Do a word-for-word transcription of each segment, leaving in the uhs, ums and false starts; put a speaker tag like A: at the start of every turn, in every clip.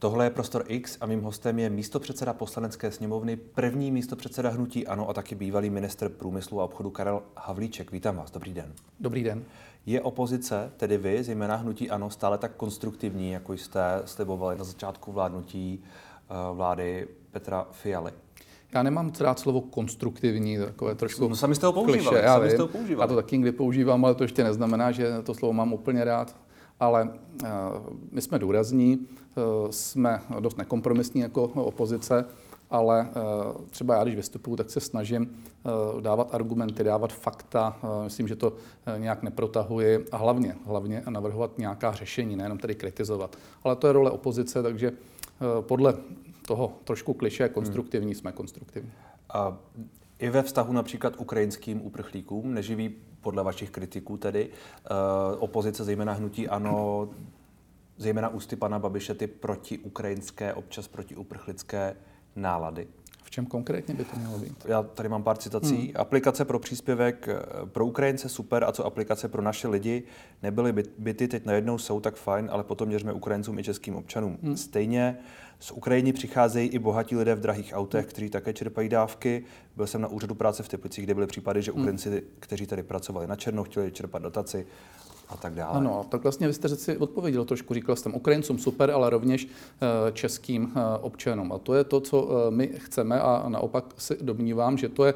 A: Tohle je Prostor X a mým hostem je místopředseda Poslanecké sněmovny, první místopředseda hnutí ANO a taky bývalý ministr průmyslu a obchodu Karel Havlíček. Vítám vás, dobrý den.
B: Dobrý den.
A: Je opozice, tedy vy, zejména hnutí ANO, stále tak konstruktivní, jako jste slibovali na začátku vládnutí vlády Petra Fialy?
B: Já nemám moc rád slovo konstruktivní, takové trošku
A: no, sami jste ho používali,
B: kliše, já
A: sami
B: vím,
A: jste ho používali.
B: Já to taky někdy používám, ale to ještě neznamená, že to slovo mám úplně rád. Ale uh, my jsme důrazní, uh, jsme dost nekompromisní jako opozice, ale uh, třeba já, když vystupuji, tak se snažím uh, dávat argumenty, dávat fakta. Uh, myslím, že to uh, nějak neprotahuji a hlavně, hlavně navrhovat nějaká řešení, nejenom tedy kritizovat. Ale to je role opozice, takže uh, podle toho trošku klišé konstruktivní, hmm. jsme konstruktivní.
A: A i ve vztahu například ukrajinským uprchlíkům neživí podle vašich kritiků tedy uh, opozice, zejména hnutí ANO, zejména ústy pana Babiše, ty protiukrajinské, občas protiuprchlické nálady?
B: V čem konkrétně by to mělo být?
A: Já tady mám pár citací. Hmm. Aplikace pro příspěvek pro Ukrajince super, a co aplikace pro naše lidi? Nebyly byty, teď najednou jsou, tak fajn, ale potom měřme Ukrajincům i českým občanům. Hmm. Stejně z Ukrajiny přicházejí i bohatí lidé v drahých autech, kteří také čerpají dávky. Byl jsem na úřadu práce v Teplicích, kde byly případy, že Ukrajinci, kteří tady pracovali na černo, chtěli čerpat dotaci a tak dále.
B: Ano, tak vlastně vy jste si odpověděl trošku, říkal jsem Ukrajincům super, ale rovněž českým občanům. A to je to, co my chceme a naopak si domnívám, že to je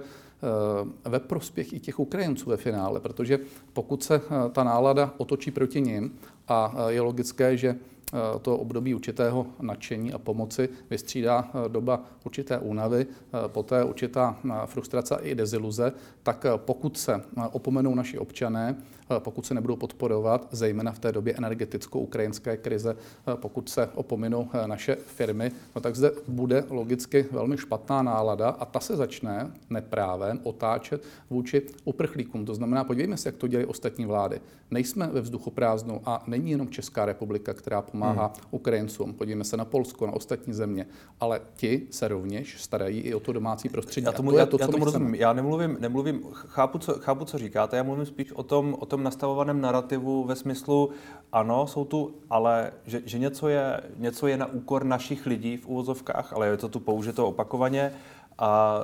B: ve prospěch i těch Ukrajinců ve finále, protože pokud se ta nálada otočí proti nim a je logické, že to období určitého nadšení a pomoci vystřídá doba určité únavy, poté určitá frustrace i deziluze, tak pokud se opomenou naši občané, pokud se nebudou podporovat, zejména v té době energeticko-ukrajinské krize, pokud se opominou naše firmy, no tak zde bude logicky velmi špatná nálada a ta se začne neprávem otáčet vůči uprchlíkům. To znamená, podívejme se, jak to dělají ostatní vlády. Nejsme ve vzduchoprázdnu a není jenom Česká republika, která pomáhá hmm. Ukrajincům. Podívejme se na Polsko, na ostatní země, ale ti se rovněž starají i o to domácí prostředí.
A: Já tomu,
B: a to
A: já,
B: je to,
A: já
B: co
A: tomu rozumím.
B: chceme.
A: Já nemluvím, nemluvím chápu, co, chápu, co říkáte, já mluvím spíš o tom, o tom nastavovaném narrativu ve smyslu, ano, jsou tu, ale že, že něco, je, něco je na úkor našich lidí v uvozovkách, ale je to tu použito opakovaně a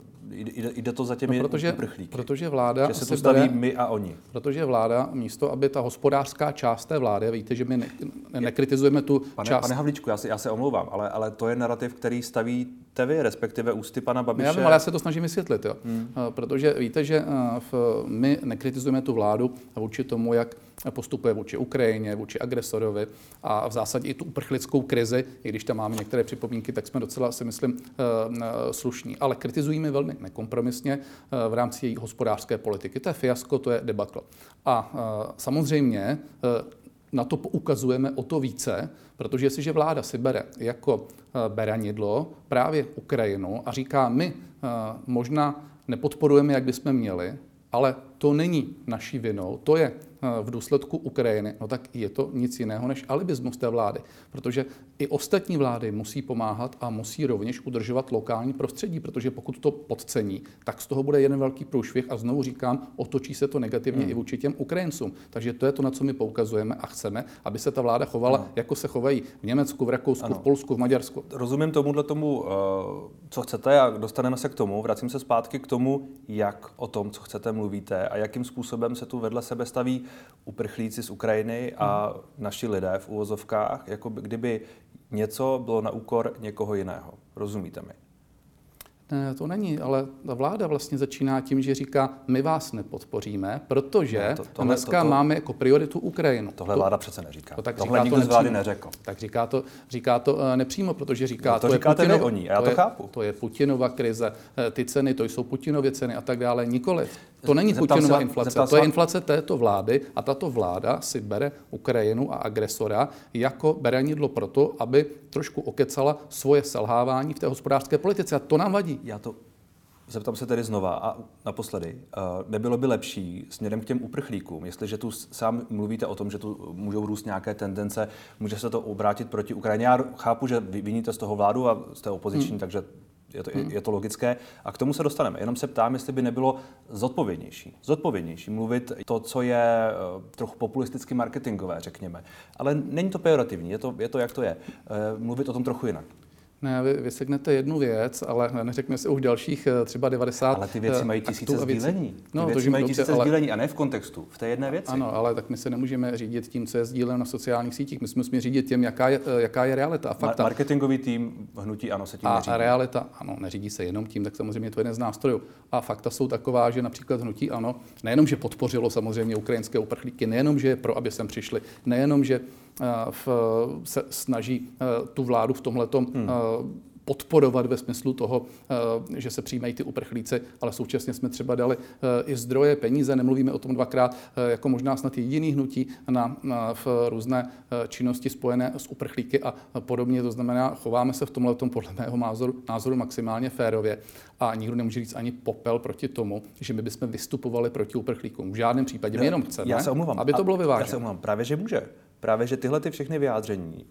A: jde, jde to za těmi
B: no, protože,
A: uprchlíky.
B: Protože vláda
A: že se tu staví bere, my a oni.
B: Protože vláda místo, aby ta hospodářská část té vlády, víte, že my ne, ne, nekritizujeme tu
A: pane,
B: část.
A: Pane Havlíčku, já se, já se omlouvám, ale, ale to je narrativ, který stavíte vy, respektive ústy pana Babiše.
B: Já vím, ale já se to snažím vysvětlit, jo. Hmm. Protože víte, že v, my nekritizujeme tu vládu vůči tomu, jak postupuje vůči Ukrajině, vůči agresorovi a v zásadě i tu uprchlickou krizi, i když tam máme některé připomínky, tak jsme docela, si myslím, slušní. Ale kritizujeme velmi nekompromisně v rámci její hospodářské politiky. To je fiasko, to je debakl. A samozřejmě na to poukazujeme o to více, protože jestliže vláda si bere jako beranidlo právě Ukrajinu a říká, my možná nepodporujeme, jak bychom měli, ale to není naší vinou, to je v důsledku Ukrajiny, no tak je to nic jiného než alibismus té vlády. Protože i ostatní vlády musí pomáhat a musí rovněž udržovat lokální prostředí, protože pokud to podcení, tak z toho bude jeden velký průšvih a znovu říkám, otočí se to negativně hmm. i vůči těm Ukrajincům. Takže to je to, na co my poukazujeme a chceme, aby se ta vláda chovala, ano. jako se chovají v Německu, v Rakousku, ano. v Polsku, v Maďarsku.
A: Rozumím tomuhle tomu, co chcete a dostaneme se k tomu. Vracím se zpátky k tomu, jak o tom, co chcete, mluvíte a jakým způsobem se tu vedle sebe staví uprchlíci z Ukrajiny a naši lidé v uvozovkách, jako by, kdyby něco bylo na úkor někoho jiného. Rozumíte mi?
B: Ne, to není, ale ta vláda vlastně začíná tím, že říká, my vás nepodpoříme, protože ne, to, tohle, dneska to, to, máme jako prioritu Ukrajinu.
A: Tohle
B: to,
A: vláda přece neříká.
B: To, tak
A: tohle
B: říká
A: nikdo
B: to
A: z vlády neřekl.
B: Tak říká to, říká to uh, nepřímo, protože říká,
A: no to,
B: to
A: říkáte
B: je
A: vy
B: Putinova,
A: o ní, a já to,
B: to je,
A: chápu.
B: To je Putinova krize, ty ceny, to jsou Putinovy ceny a tak dále, nikoliv. To není Putinova se, inflace, to je inflace této vlády a tato vláda si bere Ukrajinu a agresora jako beranidlo proto, aby trošku okecala svoje selhávání v té hospodářské politice a to nám vadí.
A: Já to Zeptám se tedy znova a naposledy. Nebylo by lepší směrem k těm uprchlíkům, jestliže tu sám mluvíte o tom, že tu můžou růst nějaké tendence, může se to obrátit proti Ukrajině. Já chápu, že vy viníte z toho vládu a jste opoziční, hmm. takže je to, hmm. je to logické a k tomu se dostaneme. Jenom se ptám, jestli by nebylo zodpovědnější. Zodpovědnější mluvit to, co je trochu populisticky marketingové, řekněme. Ale není to pejorativní, je to, je to jak to je. Mluvit o tom trochu jinak.
B: Ne, vy vyseknete jednu věc, ale neřekne se už dalších třeba devadesát.
A: Ale ty věci mají tisíce sdílení. Ty
B: no,
A: věci
B: to,
A: mají
B: dobře,
A: tisíce
B: ale...
A: sdílení a ne v kontextu, v té jedné věci.
B: Ano, ale tak my se nemůžeme řídit tím, co je sdíleno na sociálních sítích. My jsme musíme řídit tím, jaká je, jaká je realita a fakta.
A: Marketingový tým hnutí ANO se tím
B: a
A: neřídí.
B: A realita, ano, neřídí se jenom tím, tak samozřejmě je to jeden z nástrojů. A fakta jsou taková, že například hnutí ANO nejenom, že podpořilo samozřejmě ukrajinské uprchlíky, nejenom, že je pro, aby sem přišli, nejenom, že v, se snaží tu vládu v tomhletom hmm. podporovat ve smyslu toho, že se přijímají ty uprchlíci, ale současně jsme třeba dali i zdroje, peníze, nemluvíme o tom dvakrát, jako možná snad jediný hnutí na, na v různé činnosti spojené s uprchlíky a podobně. To znamená, chováme se v tomhletom podle mého názoru, názoru maximálně férově a nikdo nemůže říct ani popel proti tomu, že my bychom vystupovali proti uprchlíkům. V žádném případě. My jenom chceme,
A: já se omluvám,
B: aby to bylo vyvážené.
A: Já se omluvám, právě že může. Právě že tyhle ty všechny vyjádření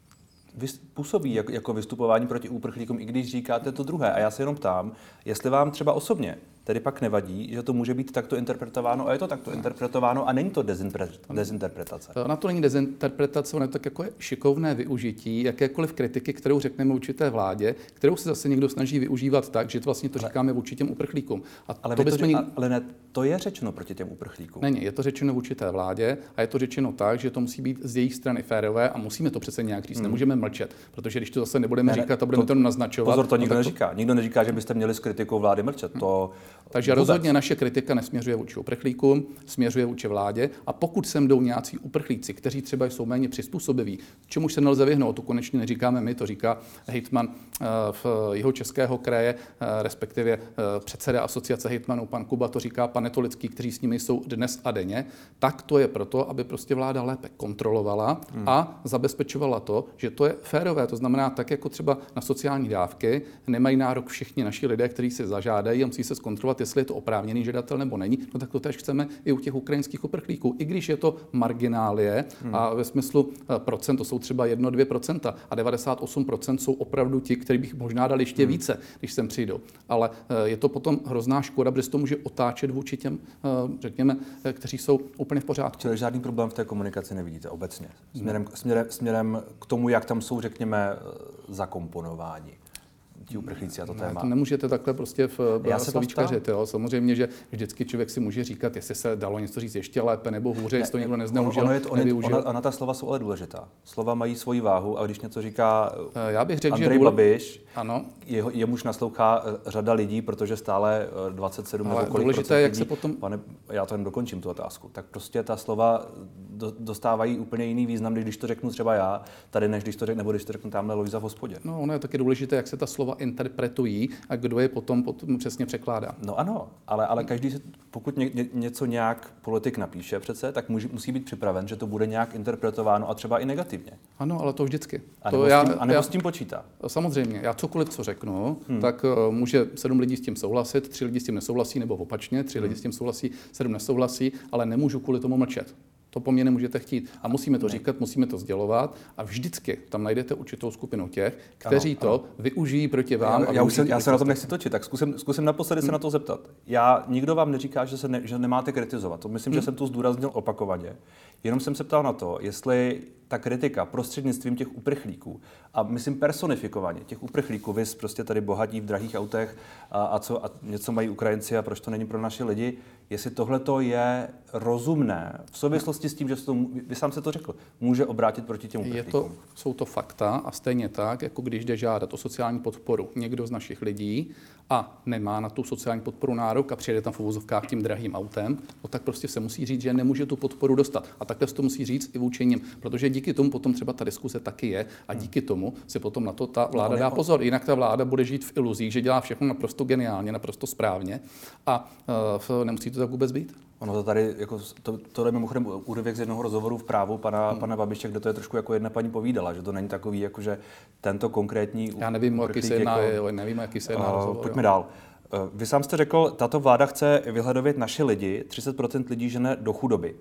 A: působí jako, jako vystupování proti úprchlíkům, i když říkáte to druhé. A já se jenom ptám, jestli vám třeba osobně tedy pak nevadí, že to může být takto interpretováno a je to takto interpretováno a není to dezinterpretace.
B: Na to není dezinterpretace, ono je tak jako je šikovné využití jakékoliv kritiky, kterou řekneme určité vládě, kterou se zase někdo snaží využívat tak, že to vlastně to říkáme vůči těm uprchlíkům. A
A: ale,
B: to
A: to,
B: nikdy...
A: ale ne, to je řečeno proti těm uprchlíkům.
B: Není, je to řečeno vůči té vládě a je to řečeno tak, že to musí být z jejich strany férové a musíme to přece nějak říct. Hmm. Nemůžeme mlčet, protože když to zase nebudeme ne, říkat a budeme to, to naznačovat.
A: Pozor, to nikdo
B: no,
A: neříká. Nikdo neříká, že byste měli s kritikou vlády mlčet. To
B: Takže vůbec. Rozhodně naše kritika nesměřuje vůči uprchlíkům, směřuje vůči vládě a pokud sem jdou nějací uprchlíci, kteří třeba jsou méně přizpůsobiví, čemu se nelze vyhnout, to konečně neříkáme my, to říká hejtman v Jihočeského kraje, respektive předseda asociace hejtmanů pan Kuba, to říká pan Netolický, kteří s nimi jsou dnes a denně, tak to je proto, aby prostě vláda lépe kontrolovala hmm. a zabezpečovala to, že to je férové, to znamená tak jako třeba na sociální dávky nemají nárok všichni naši lidé, kteří si zažádají a musí se zkontrolovat, jestli je to oprávněný žadatel nebo není, no tak to též chceme i u těch ukrajinských uprchlíků. I když je to marginálie hmm. a ve smyslu procent, to jsou třeba jedno dvě procenta a devadesát osm procent jsou opravdu ti, kteří bych možná dali ještě hmm. více, když sem přijdou. Ale je to potom hrozná škoda, protože to může otáčet vůči těm, řekněme, kteří jsou úplně v pořádku.
A: Čili žádný problém v té komunikaci nevidíte obecně. Směrem, směrem, směrem k tomu, jak tam jsou, řekněme, zakomponováni ti uprchlíci a to téma.
B: To nemůžete takhle prostě v slovíčkařit. Jo. Samozřejmě, že vždycky člověk si může říkat, jestli se dalo něco říct ještě lépe nebo hůře, ne, jestli to někdo nezneužil,
A: ono je to, nevyužil. Ona, ona ta slova jsou ale důležitá. Slova mají svoji váhu a když něco říká
B: Já bych řekl,
A: Andrej
B: že důle...
A: Babiš,
B: ano.
A: jeho, jemuž naslouchá řada lidí, protože stále dvacet sedm
B: ale
A: nebo kolik
B: důležité,
A: procent
B: jak
A: lidí,
B: se potom...
A: pane, já to jen dokončím tu otázku, tak prostě ta slova do, dostávají úplně jiný význam, když to řeknu třeba já, tady než když to řeknu, nebo když to řeknu tamhle Lojza v hospodě.
B: No, ono je taky důležité, jak se ta slova interpretují a kdo je potom, potom přesně překládá.
A: No ano, ale, ale každý, pokud ně, ně, něco nějak politik napíše přece, tak může, musí být připraven, že to bude nějak interpretováno a třeba i negativně.
B: Ano, ale to vždycky.
A: A
B: to
A: nebo,
B: já,
A: s, tím, a nebo
B: já,
A: s tím počítá.
B: Samozřejmě, já cokoliv, co řeknu, hmm. tak uh, může sedm lidí s tím souhlasit, tři lidi s tím nesouhlasí, nebo opačně, tři hmm. lidi s tím souhlasí, sedm nesouhlasí, ale nemůžu kvůli tomu mlčet. To po mně nemůžete chtít. A musíme to ne. říkat, musíme to sdělovat a vždycky tam najdete určitou skupinu těch, kteří ano, to ano. využijí proti vám.
A: Já, já, už se, já se na tom nechci točit, tak zkusím, zkusím naposledy hmm. se na to zeptat. Já, nikdo vám neříká, že, se ne, že nemáte kritizovat. To myslím, hmm. že jsem to zdůraznil opakovaně. Jenom jsem se ptal na to, jestli ta kritika prostřednictvím těch uprchlíků, a myslím personifikovaně, těch uprchlíků, vys prostě tady bohatí v drahých autech a, a, co, a něco mají Ukrajinci a proč to není pro naše lidi, jestli tohleto je rozumné v souvislosti s tím, že to, vy sám se to řekl, může obrátit proti těm uprchlíkům.
B: Je to, jsou to fakta a stejně tak, jako když jde žádat o sociální podporu někdo z našich lidí a nemá na tu sociální podporu nárok a přijede tam v uvozovkách tím drahým autem, no tak prostě se musí říct, že nemůže tu podporu dostat. A takhle se to musí říct i vůči nim, protože díky tomu potom třeba ta diskuse taky je a díky tomu si potom na to ta vláda dá pozor. Jinak ta vláda bude žít v iluzích, že dělá všechno naprosto geniálně, naprosto správně a uh, nemusí to tak vůbec být.
A: Ono to tady, jako, to, to je mimochodem úryvek z jednoho rozhovoru v Právu pana, hmm. pana Babiše, kde to je trošku jako jedna paní povídala, že to není takový, jako že tento konkrétní...
B: Já nevím, jaký se jedná, jako, nevím, jaký se jedná uh, rozhovor.
A: Pojďme jo. dál. Uh, vy sám jste řekl, tato vláda chce vyhledovět naše lidi, třicet procent lidí žene do chudoby.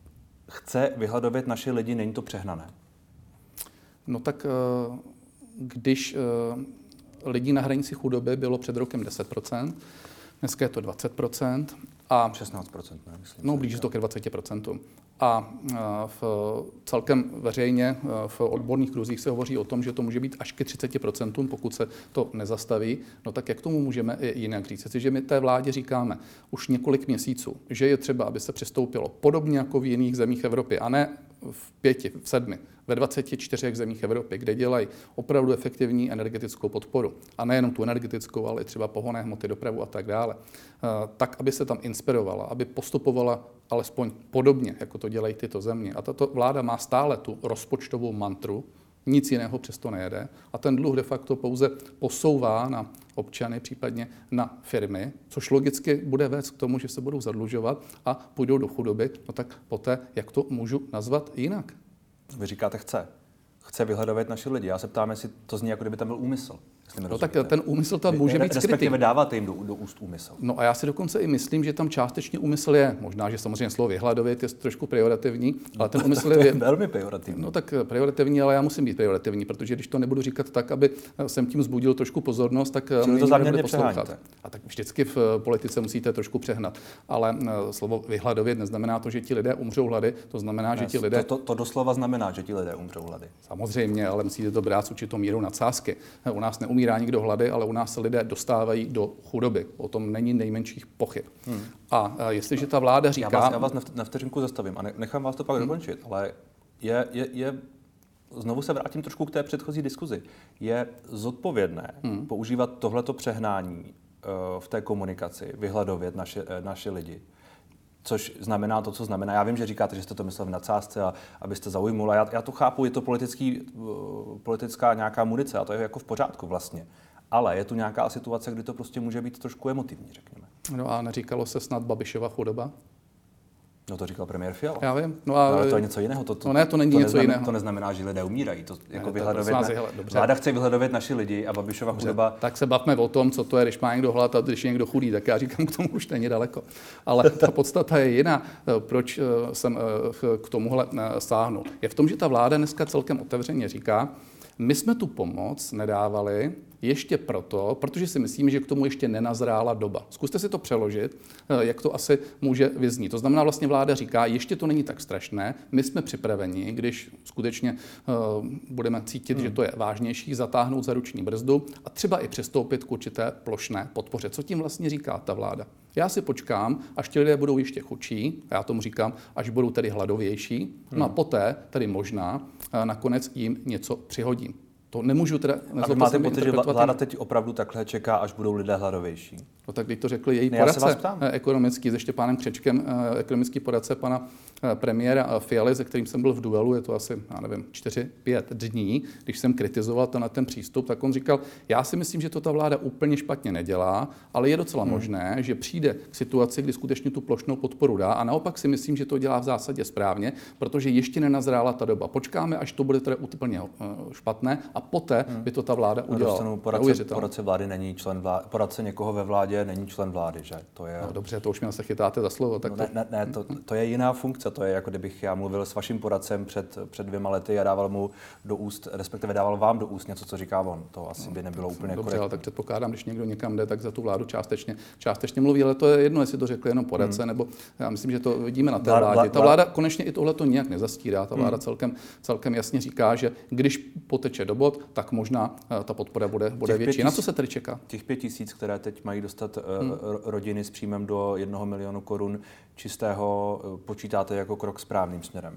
A: Chce vyhledovět naše lidi, není to přehnané?
B: No tak, když lidí na hranici chudoby bylo před rokem deset procent, dneska je to dvacet procent. A
A: šestnáct procent, ne? Myslím,
B: no, blíží to ke dvaceti procentům. A v celkem veřejně v odborných kruzích se hovoří o tom, že to může být až ke třiceti procentům, pokud se to nezastaví. No tak jak tomu můžeme i jinak říct? Jestliže my té vládě říkáme už několik měsíců, že je třeba, aby se přistoupilo podobně jako v jiných zemích Evropy, a ne v pěti, v sedmi, ve dvaceti čtyřech zemích Evropy, kde dělají opravdu efektivní energetickou podporu. A nejenom tu energetickou, ale i třeba pohonné hmoty, dopravu a tak dále. Tak, aby se tam inspirovala, aby postupovala alespoň podobně, jako to dělají tyto země. A tato vláda má stále tu rozpočtovou mantru, nic jiného přesto nejede. A ten dluh de facto pouze posouvá na občany, případně na firmy, což logicky bude vést k tomu, že se budou zadlužovat a půjdou do chudoby. No tak poté, jak to můžu nazvat jinak?
A: Vy říkáte chce. Chce vyhledávat naše lidi. Já se ptám, jestli to zní, jako kdyby tam byl úmysl.
B: No tak ten úmysl tam může být skrytý.
A: Respektive dáváte jim do, do úst úmysl.
B: No a já si dokonce i myslím, že tam částečně úmysl je. Možná, že samozřejmě slovo vyhladovit je trošku pejorativní, ale ten úmysl
A: to
B: je...
A: je velmi pejorativní.
B: No tak pejorativní, ale já musím být pejorativní, protože když to nebudu říkat tak, aby jsem tím vzbudil trošku pozornost, tak
A: čili to záměrně přeháníte.
B: A tak vždycky v politice musíte trošku přehnat. Ale slovo vyhladovět neznamená to, že ti lidé umřou hlady, to znamená, ne, že ti lidé...
A: To, to, to doslova znamená, že ti lidé umřou hlady.
B: Samozřejmě, ale musíte to brát s určitou mírou nadsázky. U nás neumírá nikdo hlady, ale u nás se lidé dostávají do chudoby. O tom není nejmenších pochyb. Hmm. A, a jestliže ta vláda říká...
A: Já vás, já vás na vteřinku zastavím a nechám vás to pak hmm. dokončit, ale je, je, je, znovu se vrátím trošku k té předchozí diskuzi. Je zodpovědné hmm. používat tohleto přehnání uh, v té komunikaci, vyhladovět naše, naše lidi, což znamená to, co znamená. Já vím, že říkáte, že jste to myslel v nadsázce a abyste zaujmul. A já, já to chápu, je to politický, uh, politická nějaká munice a to je jako v pořádku vlastně. Ale je tu nějaká situace, kdy to prostě může být trošku emotivní, řekněme.
B: No a neříkalo se snad Babišova chudoba?
A: No to říkal premiér Fiala.
B: Já vím. No a...
A: ale to je něco jiného. To, to,
B: no ne, to není
A: to
B: něco
A: neznamená,
B: jiného.
A: To neznamená, že lidé umírají. To jako
B: ne,
A: vyhledovět,
B: ne,
A: vláda chce vyhledovět naši lidi a Babišova dobře. Chudoba...
B: Tak se bavme o tom, co to je, když má někdo hlad a když je někdo chudý. Tak já říkám, k tomu už není daleko. Ale ta podstata je jiná. Proč jsem k tomuhle sáhnul? Je v tom, že ta vláda dneska celkem otevřeně říká, my jsme tu pomoc nedávali ještě proto, protože si myslím, že k tomu ještě nenazrála doba. Zkuste si to přeložit, jak to asi může vyznít. To znamená, vlastně vláda říká, ještě to není tak strašné, my jsme připraveni, když skutečně uh, budeme cítit, hmm. že to je vážnější, zatáhnout za ruční brzdu a třeba i přistoupit k určité plošné podpoře. Co tím vlastně říká ta vláda? Já si počkám, až ti lidé budou ještě chudší, já tomu říkám, až budou tedy hladovější, hmm. no a poté tedy možná uh, nakonec jim něco přihodím. To nemůžu teda...
A: A vy máte pocit, že vláda teď opravdu takhle čeká, až budou lidé hladovější?
B: No tak když to řekli její ne, poradce ekonomický se Štěpánem Křečkem, ekonomický poradce pana premiéra Fialy, se kterým jsem byl v duelu, je to asi, já nevím, čtyři, pět dní, když jsem kritizoval ten, ten přístup, tak on říkal, já si myslím, že to ta vláda úplně špatně nedělá, ale je docela hmm. možné, že přijde k situaci, kdy skutečně tu plošnou podporu dá a naopak si myslím, že to dělá v zásadě správně, protože ještě nenazrála ta doba. Počkáme, až to bude teda úplně špatné a poté by to ta vláda udělala.
A: Poradce, poradce vlády není člen vlády, poradce někoho ve vládě není člen vlády, že? To je...
B: No dobře, to už mě se chytáte za slovo. Tak
A: no,
B: to...
A: Ne, ne, ne to, to je jiná funkce, to je jako kdybych já mluvil s vaším poradcem před, před dvěma lety a dával mu do úst, respektive dával vám do úst něco, co říká on. To asi by nebylo
B: no,
A: úplně
B: dobře,
A: korektní.
B: Ale tak předpokládám, když někdo někam jde, tak za tu vládu částečně, částečně mluví, ale to je jedno, jestli to řekl jenom poradce, hmm. nebo já myslím, že to vidíme na té vládě. Ta vláda konečně i tohle to nijak nezastírá. Ta vláda hmm. celkem, celkem jasně říká, že když poteče do bod, tak možná ta podpora bude, bude větší. Tisíc, na co se tedy čeká?
A: Těch pět tisíc, které teď mají dostat hmm. rodiny s příjmem do jednoho milionu korun čistého, počítáte jako krok správným směrem?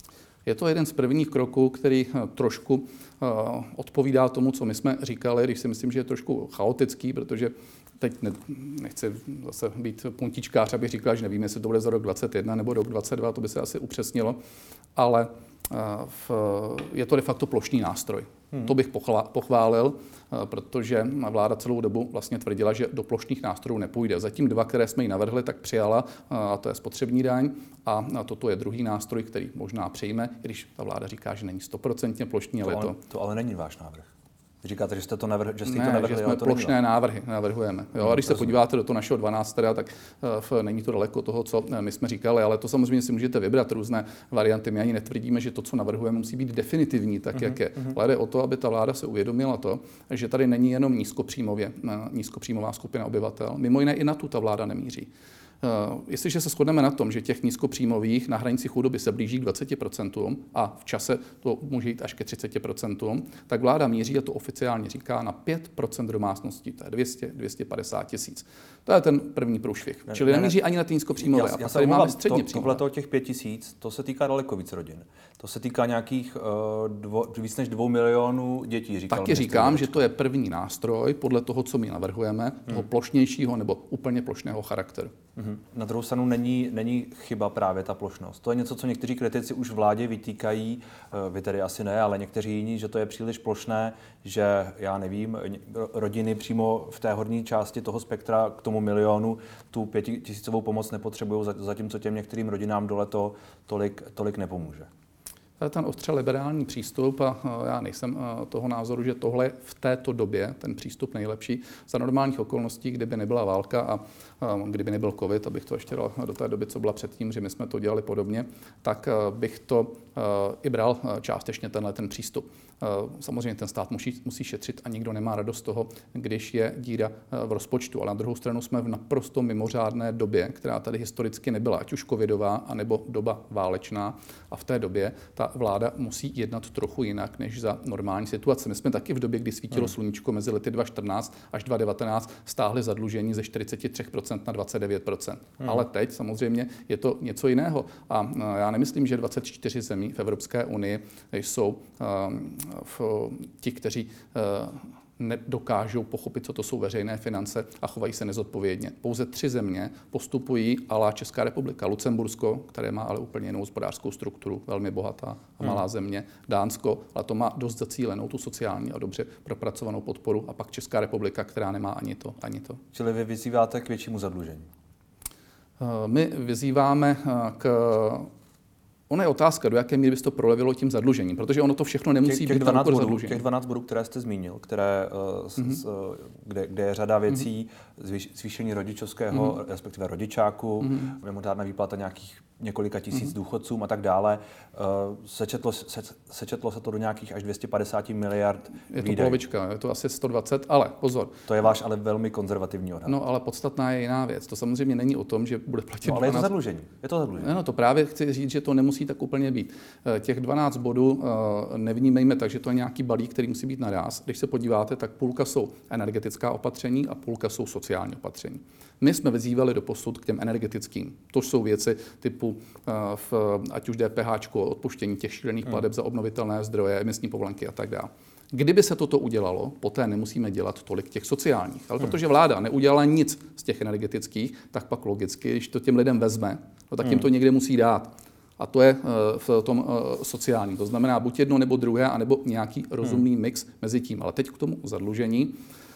B: Je to jeden z prvních kroků, který trošku uh, odpovídá tomu, co my jsme říkali, když si myslím, že je trošku chaotický, protože teď ne, nechci zase být puntičkář, abych říkal, že nevím, jestli to bude za rok dvacet jedna nebo rok dvacet dva, to by se asi upřesnilo, ale uh, v, je to de facto plošný nástroj. Hmm. To bych pochválil, protože vláda celou dobu vlastně tvrdila, že do plošných nástrojů nepůjde. Zatím dva, které jsme jí navrhli, tak přijala, a to je spotřební daň a toto je druhý nástroj, který možná přijme, i když ta vláda říká, že není stoprocentně plošný, ale
A: to,
B: to...
A: To ale není váš návrh. Říkáte, že jste to navrhli, že jste
B: ne,
A: to navrhli,
B: že jsme
A: to
B: plošné nebylo. návrhy navrhujeme. Jo, a když se podíváte do toho našeho dvanáct, teda, tak uh, není to daleko toho, co my jsme říkali, ale to samozřejmě si můžete vybrat různé varianty. My ani netvrdíme, že to, co navrhujeme, musí být definitivní, tak uh-huh, jak je. Uh-huh. Ale jde o to, aby ta vláda se uvědomila to, že tady není jenom nízkopříjmově, nízkopříjmová skupina obyvatel. Mimo jiné i na tu ta vláda nemíří. Uh, jestliže se shodneme na tom, že těch nízkopříjmových na hranici chudoby se blíží k dvaceti procentům a v čase to může jít až ke třiceti procentům, tak vláda míří, a to oficiálně říká, na pět procent domácností. To je dvě stě až dvě stě padesát tisíc. To je ten první průšvih. Ne, Čili ne, nemíří ani na ty nízkopříjmové.
A: Já,
B: a
A: já
B: tady máme středně
A: to, tohle těch pět tisíc, to se týká daleko víc rodin. To se týká nějakých uh, dvo, víc než dvou milionů dětí. Říkal
B: Taky říkám, že to je první nástroj podle toho, co my navrhujeme, hmm. toho plošnějšího nebo úplně plošného charakteru.
A: Hmm. Na druhou stranu není, není chyba právě ta plošnost. To je něco, co někteří kritici už vládě vytýkají, vy tedy asi ne, ale někteří jiní, že to je příliš plošné, že já nevím, rodiny přímo v té horní části toho spektra k tomu milionu tu pětitisícovou pomoc nepotřebují, zatímco těm některým rodinám dole to tolik, tolik nepomůže.
B: To je ten ostře liberální přístup a já nejsem toho názoru, že tohle je v této době ten přístup nejlepší. Za normálních okolností, kdyby nebyla válka a kdyby nebyl covid, abych to ještě dal do té doby, co byla předtím, že my jsme to dělali podobně, tak bych to i bral částečně tenhle ten přístup. Samozřejmě ten stát musí, musí šetřit a nikdo nemá radost z toho, když je díra v rozpočtu. Ale na druhou stranu jsme v naprosto mimořádné době, která tady historicky nebyla, ať už covidová, anebo doba válečná. A v té době ta vláda musí jednat trochu jinak než za normální situace. My jsme taky v době, kdy svítilo hmm. sluníčko mezi lety dva tisíce čtrnáct až dva tisíce devatenáct, stáhli zadlužení ze čtyřicet tři procent na dvacet devět procent. Hmm. Ale teď samozřejmě je to něco jiného. A já nemyslím, že dvacet čtyři zemí v Evropské unii jsou v ti, kteří nedokážou pochopit, co to jsou veřejné finance a chovají se nezodpovědně. Pouze tři země postupují ala Česká republika. Lucembursko, které má ale úplně jinou hospodářskou strukturu, velmi bohatá a malá hmm. země. Dánsko, ale to má dost zacílenou tu sociální a dobře propracovanou podporu. A pak Česká republika, která nemá ani to, ani to.
A: Čili vy vyzýváte k většímu zadlužení?
B: My vyzýváme k... Ono je otázka, do jaké míry by se to prolevilo tím zadlužením, protože ono to všechno nemusí těch, těch být
A: dvanáct bodů,
B: zadlužení.
A: Těch dvanáct bodů, které jste zmínil, které, s, mm-hmm. s, kde, kde je řada věcí, mm-hmm. zvýšení rodičovského, mm-hmm. respektive rodičáku, mm-hmm. mimořádná výplata nějakých několika tisíc mm-hmm. důchodcům a tak dále. Sečetlo se, sečetlo se to do nějakých až dvě stě padesát miliard
B: Je to
A: výdaj.
B: polovička, je to asi sto dvacet, ale pozor.
A: To je váš ale velmi konzervativní odhad.
B: No ale podstatná je jiná věc. To samozřejmě není o tom, že bude platit
A: no, ale
B: dvanáct...
A: je to zadlužení. Je to zadlužení.
B: No, to právě chci říct, že to nemusí tak úplně být. Těch dvanáct bodů nevnímejme tak, že to je nějaký balík, který musí být naráz. Když se podíváte, tak půlka jsou energetická opatření a půlka jsou sociální opatření. My jsme vyzývali do posud k těm energetickým. To jsou věci typu v, ať už DPH, odpuštění těch šílených plateb hmm. za obnovitelné zdroje, emisní povolenky a tak dále. Kdyby se toto udělalo, poté nemusíme dělat tolik těch sociálních. Ale hmm. protože vláda neudělala nic z těch energetických, tak pak logicky, když to těm lidem vezme, no, tak jim to někde musí dát. A to je v tom sociálním. To znamená buď jedno nebo druhé, anebo nějaký rozumný mix mezi tím. Ale teď k tomu zadlužení.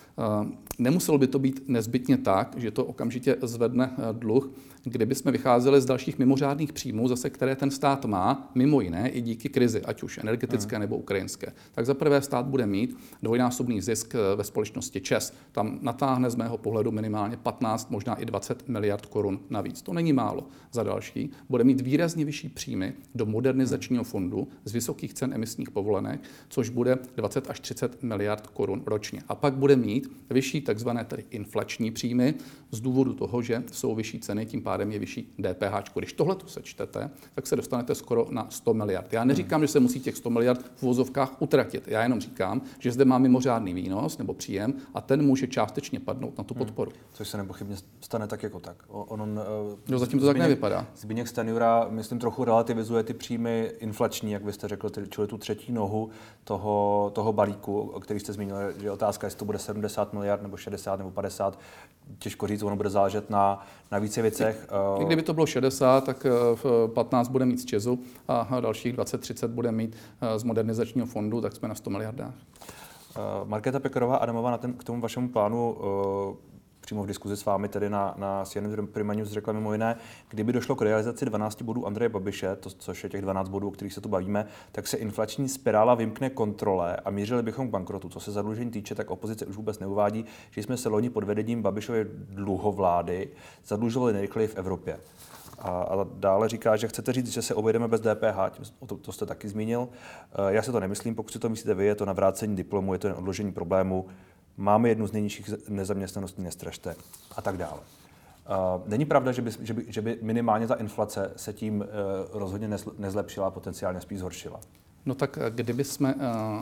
B: Nemuselo by to být nezbytně tak, že to okamžitě zvedne dluh, kdyby jsme vycházeli z dalších mimořádných příjmů, zase které ten stát má, mimo jiné i díky krizi, ať už energetické nebo ukrajinské. Tak za prvé stát bude mít dvojnásobný zisk ve společnosti ČEZ. Tam natáhne z mého pohledu minimálně patnáct, možná i dvacet miliard korun navíc. To není málo. Za další bude mít výrazně vyšší příjmy do modernizačního fondu z vysokých cen emisních povolenek, což bude dvacet až třicet miliard korun ročně. A pak bude mít vyšší takzvané tedy inflační příjmy z důvodu toho, že jsou vyšší ceny, tím pádem je vyšší D P H. Když tohle tu sečtete, tak se dostanete skoro na sto miliard. Já neříkám, že se musí těch sto miliard v uvozovkách utratit. Já jenom říkám, že zde má mimořádný výnos nebo příjem a ten může částečně padnout na tu podporu. Hmm.
A: Což se nepochybně stane tak jako tak. On, on,
B: no, zatím to Zbigněk, tak nevypadá.
A: Zbigněk Stanjura, myslím, trochu relativizuje ty příjmy inflační, jak vy jste řekl, čili tu třetí nohu toho, toho balíku, o který jste zmínil, že otázka, jestli to bude sedmdesát miliard nebo šedesát nebo padesát, těžko říct, ono bude záležet na, na více věcech.
B: I kdyby to bylo šedesát, tak patnáct bude mít z ČEZu a dalších dvacet třicet bude mít z modernizačního fondu, tak jsme na sto miliardách.
A: Markéta Pekarová Adamová na ten, k tomu vašemu plánu přímo v diskuzi s vámi tedy na, na C N N Prima News řekla mimo jiné, kdyby došlo k realizaci dvanácti bodů Andreje Babiše, to, což je těch dvanáct bodů, o kterých se tu bavíme, tak se inflační spirála vymkne kontrole a mířili bychom k bankrotu. Co se zadlužení týče, tak opozice už vůbec neuvádí, že jsme se loni pod vedením Babišovy dluhovlády zadlužovali nejrychleji v Evropě. A, a dále říká, že chcete říct, že se obejdeme bez D P H, tím, to, to jste taky zmínil. Já si to nemyslím, pokud si to myslíte vy, je to navrácení diplomu, je to jen odložení problému, máme jednu z nejnižších nezaměstnaností, nestrašte a tak dále. Uh, není pravda, že by, že, by, že by minimálně ta inflace se tím uh, rozhodně nezlepšila, potenciálně spíš zhoršila?
B: No tak kdyby jsme uh,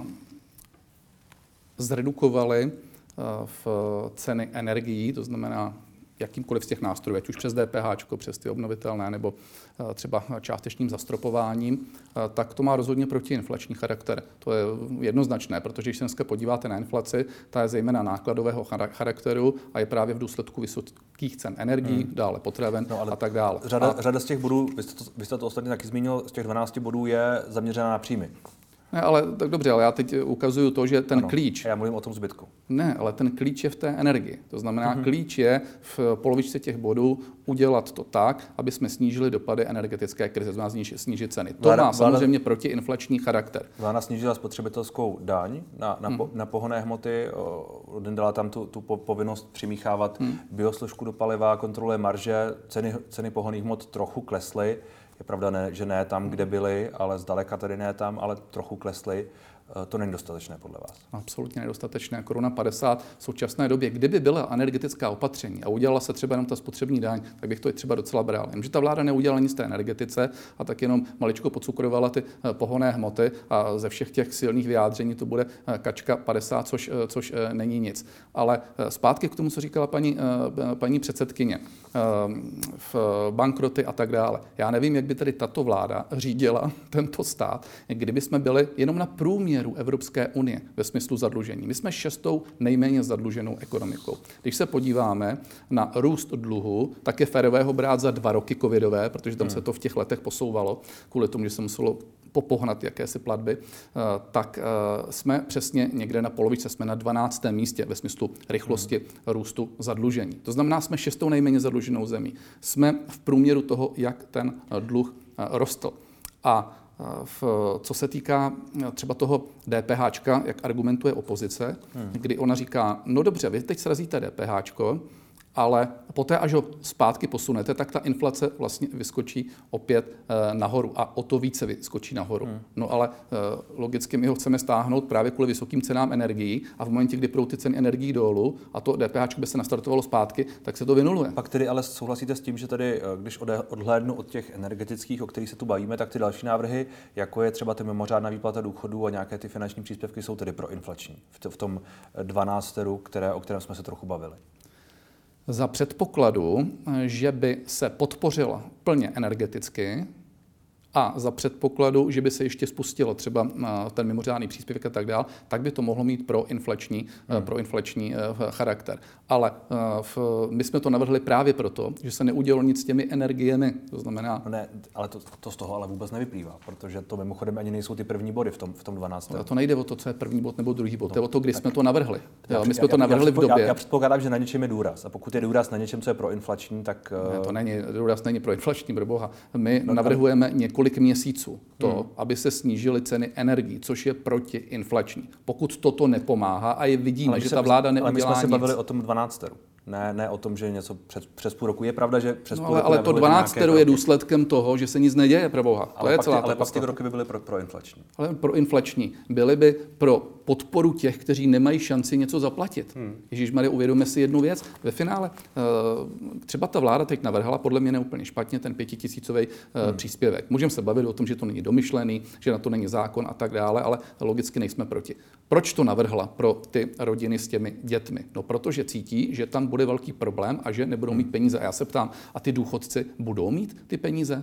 B: zredukovali uh, v ceny energií, to znamená jakýmkoliv z těch nástrojů, ať už přes D P H, přes ty obnovitelné nebo třeba částečným zastropováním, tak to má rozhodně protiinflační charakter. To je jednoznačné, protože když se dneska podíváte na inflaci, ta je zejména nákladového charakteru a je právě v důsledku vysokých cen energií, hmm. dále potravin no, a tak dále.
A: Řada,
B: a...
A: řada z těch bodů, vy jste, to, vy jste to ostatně taky zmínil, z těch dvanácti bodů je zaměřená na příjmy.
B: Ne, ale tak dobře, ale já teď ukazuju to, že ten
A: ano,
B: klíč...
A: Já mluvím o tom zbytku.
B: Ne, ale ten klíč je v té energii. To znamená,
A: uh-huh.
B: klíč je v polovičce těch bodů udělat to tak, aby jsme snížili dopady energetické krize, to znamená snížit, snížit ceny. To
A: vláda,
B: má samozřejmě vláda, protiinflační charakter.
A: Vláda snížila spotřebitelskou daň na, na, hmm. po, na pohonné hmoty, dala tam tu, tu povinnost přimíchávat hmm. biosložku do paliva, kontroluje marže, ceny, ceny pohonných hmot trochu klesly. Je pravda, ne, že ne tam, kde byly, ale zdaleka tady ne tam, ale trochu klesly. To není dostatečné podle vás?
B: Absolutně nedostatečné. Koruna padesát v současné době. Kdyby byla energetická opatření a udělala se třeba jenom ta spotřební daň, tak bych to i třeba docela bral. Jenže ta vláda neudělala nic té energetice a tak jenom maličko podcukrovala ty pohonné hmoty a ze všech těch silných vyjádření to bude kačka padesát, což, což není nic. Ale zpátky k tomu, co říkala paní, paní předsedkyně, v bankroty a tak dále. Já nevím, jak by tedy tato vláda řídila tento stát, kdyby jsme byli jenom na průměru Evropské unie ve smyslu zadlužení. My jsme šestou nejméně zadluženou ekonomikou. Když se podíváme na růst dluhu, tak je férové ho brát za dva roky covidové, protože tam hmm. se to v těch letech posouvalo, kvůli tomu, že se muselo popohnat jakési platby, tak jsme přesně někde na polovičce, jsme na dvanáctém místě ve smyslu rychlosti hmm. růstu zadlužení. To znamená, jsme šestou nejméně zadluženou zemí. Jsme v průměru toho, jak ten dluh rostl. A v, co se týká třeba toho DPHčka, jak argumentuje opozice, hmm. kdy ona říká, no dobře, vy teď srazíte DPHčko, ale poté, až ho zpátky posunete, tak ta inflace vlastně vyskočí opět e, nahoru a o to více vyskočí nahoru. Hmm. No ale e, logicky my ho chceme stáhnout právě kvůli vysokým cenám energií a v momentě, kdy půjdou ty ceny energií dolů a to DPH by se nastartovalo zpátky, tak se to vynuluje.
A: Pak tedy ale souhlasíte s tím, že tady, když odhlédnu od těch energetických, o kterých se tu bavíme, tak ty další návrhy, jako je třeba ty mimořádná výplata důchodů a nějaké ty finanční příspěvky, jsou tedy proinflační v tom dvanácteru, které, o kterém jsme se trochu bavili.
B: Za předpokladu, že by se podpořila plně energeticky a za předpokladu, že by se ještě spustilo třeba ten mimořádný příspěvek a tak dále, tak by to mohlo mít proinflační, hmm. proinflační charakter. Ale v, my jsme to navrhli právě proto, že se neudělalo nic s těmi energiemi. To znamená...
A: No ne, ale to, to z toho ale vůbec nevyplývá, protože to mimochodem ani nejsou ty první body v tom, v tom dvanáctém.
B: A to nejde o to, co je první bod nebo druhý bod. No, to je o to, kdy
A: tak,
B: jsme to navrhli.
A: Já,
B: jo, my jsme
A: já,
B: to navrhli
A: já,
B: v době.
A: Já, já předpokládám, že na něčem je důraz. A pokud je důraz na něčem, co je proinflační, tak...
B: Ne, to není, důraz není proinflační, pro boha. My no, navrhujeme ale... několik měsíců to, hmm. aby se snížily ceny energií, což je protiinflační. Pokud toto nepomáhá a je vidíme, že ta vláda neudělá nic.
A: Ale my jsme se bavili o tom dvanácteru. Ne, ne o tom, že něco přes, přes půl roku. Je pravda, že přes
B: no,
A: půl
B: ale,
A: roku...
B: Ale to dvanácteru je důsledkem toho, že se nic neděje, pro boha. To
A: ale
B: je
A: pak
B: celá
A: ty, ale
B: ta
A: pak ty kroky by byly pro, proinflační.
B: Ale proinflační. Byly by pro podporu těch, kteří nemají šanci něco zaplatit. Hmm. Ježíšmarja, uvědomme si jednu věc. Ve finále třeba ta vláda teď navrhla, podle mě neúplně špatně, ten pětitisícový hmm. příspěvek. Můžeme se bavit o tom, že to není domyšlený, že na to není zákon a tak dále, ale logicky nejsme proti. Proč to navrhla pro ty rodiny s těmi dětmi? No, protože cítí, že tam bude velký problém a že nebudou mít peníze. A já se ptám, a ty důchodci budou mít ty peníze?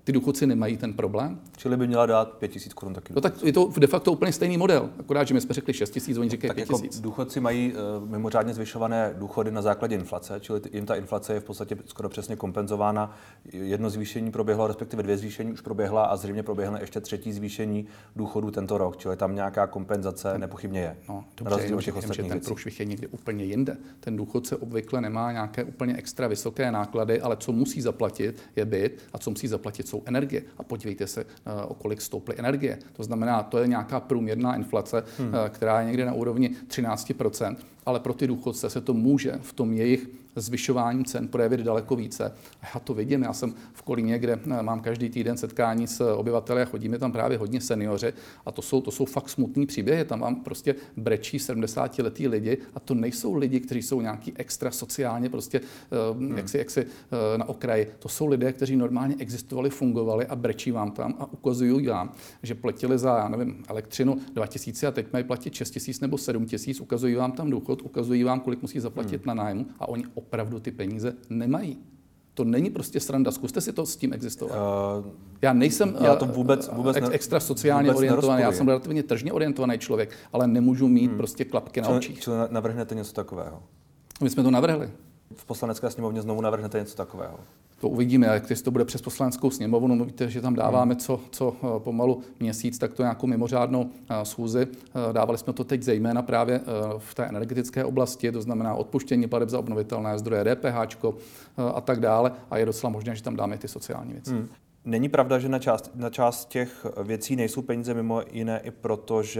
B: Ty důchodci nemají ten problém.
A: Čili by měla dát pět tisíc korun taky.
B: No tak je to de facto úplně stejný model, akorát, že my jsme řekli šest tisíc, oni říkají pět tisíc.
A: Jako důchodci mají uh, mimořádně zvyšované důchody na základě inflace, čili jim ta inflace je v podstatě skoro přesně kompenzována. Jedno zvýšení proběhlo, respektive dvě zvýšení už proběhla a zřejmě proběhne ještě třetí zvýšení důchodů tento rok, čili tam nějaká kompenzace nepochybně je.
B: No, dobře, jenom řekněme, že ten průšvih je někde úplně jinde. Ten důchodce obvykle nemá nějaké úplně extra vysoké náklady, ale co musí zaplatit je byt a co musí zaplatit jsou energie. A podívejte se, o kolik stouply energie. To znamená, to je nějaká průměrná inflace, hmm. která je někde na úrovni třináct procent, ale pro ty důchodce se to může v tom jejich zvyšování cen projevit daleko více. A já to vidím, já jsem v Kolíně, kde mám každý týden setkání s obyvateli a chodíme tam právě hodně seniori a to jsou, to jsou fakt smutný příběhy. Tam vám prostě brečí sedmdesátiletí lidi a to nejsou lidi, kteří jsou nějaký extra sociálně prostě hmm. jaksi, jaksi na okraji. To jsou lidé, kteří normálně existovali, fungovali a brečí vám tam a ukazují vám, že platili za, já nevím, elektřinu dva tisíce a teď mají platit šest tisíc nebo sedm tisíc, ukazují vám tam důchod, ukazují vám, kolik musí zaplatit hmm. na nájmu a oni opravdu ty peníze nemají. To není prostě sranda. Zkuste si to s tím existovat. Uh, já nejsem
A: já to vůbec, vůbec
B: ex, extra sociálně orientovaný, já jsem relativně tržně orientovaný člověk, ale nemůžu mít hmm. prostě klapky na očích.
A: Čili navrhnete něco takového?
B: My jsme to navrhli.
A: V Poslanecké sněmovně znovu navrhnete něco takového?
B: To uvidíme, jak to bude přes Poslaneckou sněmovnu. No, víte, že tam dáváme co, co pomalu měsíc, tak to nějakou mimořádnou schůzi. Dávali jsme to teď zejména právě v té energetické oblasti, to znamená odpuštění plateb za obnovitelné zdroje, DPHčko a tak dále. A je docela možné, že tam dáme ty sociální věci. Hmm.
A: Není pravda, že na část, na část těch věcí nejsou peníze mimo jiné i proto, že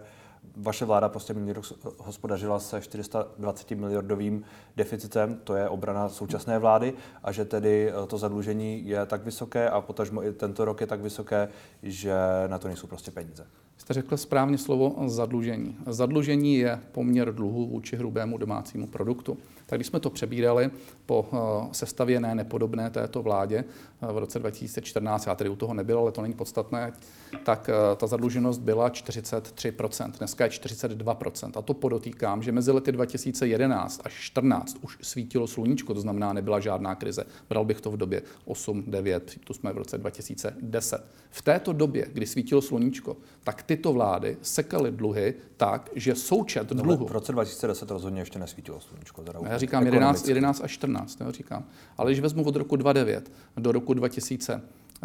A: vaše vláda prostě minulý rok hospodařila se čtyři sta dvacet miliardovým deficitem, to je obrana současné vlády, a že tedy to zadlužení je tak vysoké a potažmo i tento rok je tak vysoké, že na to nejsou prostě peníze.
B: Jste řekl správně slovo zadlužení. Zadlužení je poměr dluhu vůči hrubému domácímu produktu. Tak když jsme to přebírali po sestavě ne nepodobné této vládě v roce dva tisíce čtrnáct, já tedy u toho nebyl, ale to není podstatné, tak ta zadluženost byla čtyřicet tři procent, dneska je čtyřicet dva procent. A to podotýkám, že mezi lety dva tisíce jedenáct až čtrnáct už svítilo sluníčko, to znamená, nebyla žádná krize. Bral bych to v době osm devět, tu jsme v roce dva tisíce deset. V této době, kdy svítilo sluníčko, tak tyto vlády sekaly dluhy tak, že součet dluhu...
A: V roce dva tisíce deset rozhodně ještě nesvítilo sluníčko.
B: Já říkám jedenáct, jedenáct až čtrnáct, jo, říkám. Ale když vezmu od roku dva tisíce devět do roku dva tisíce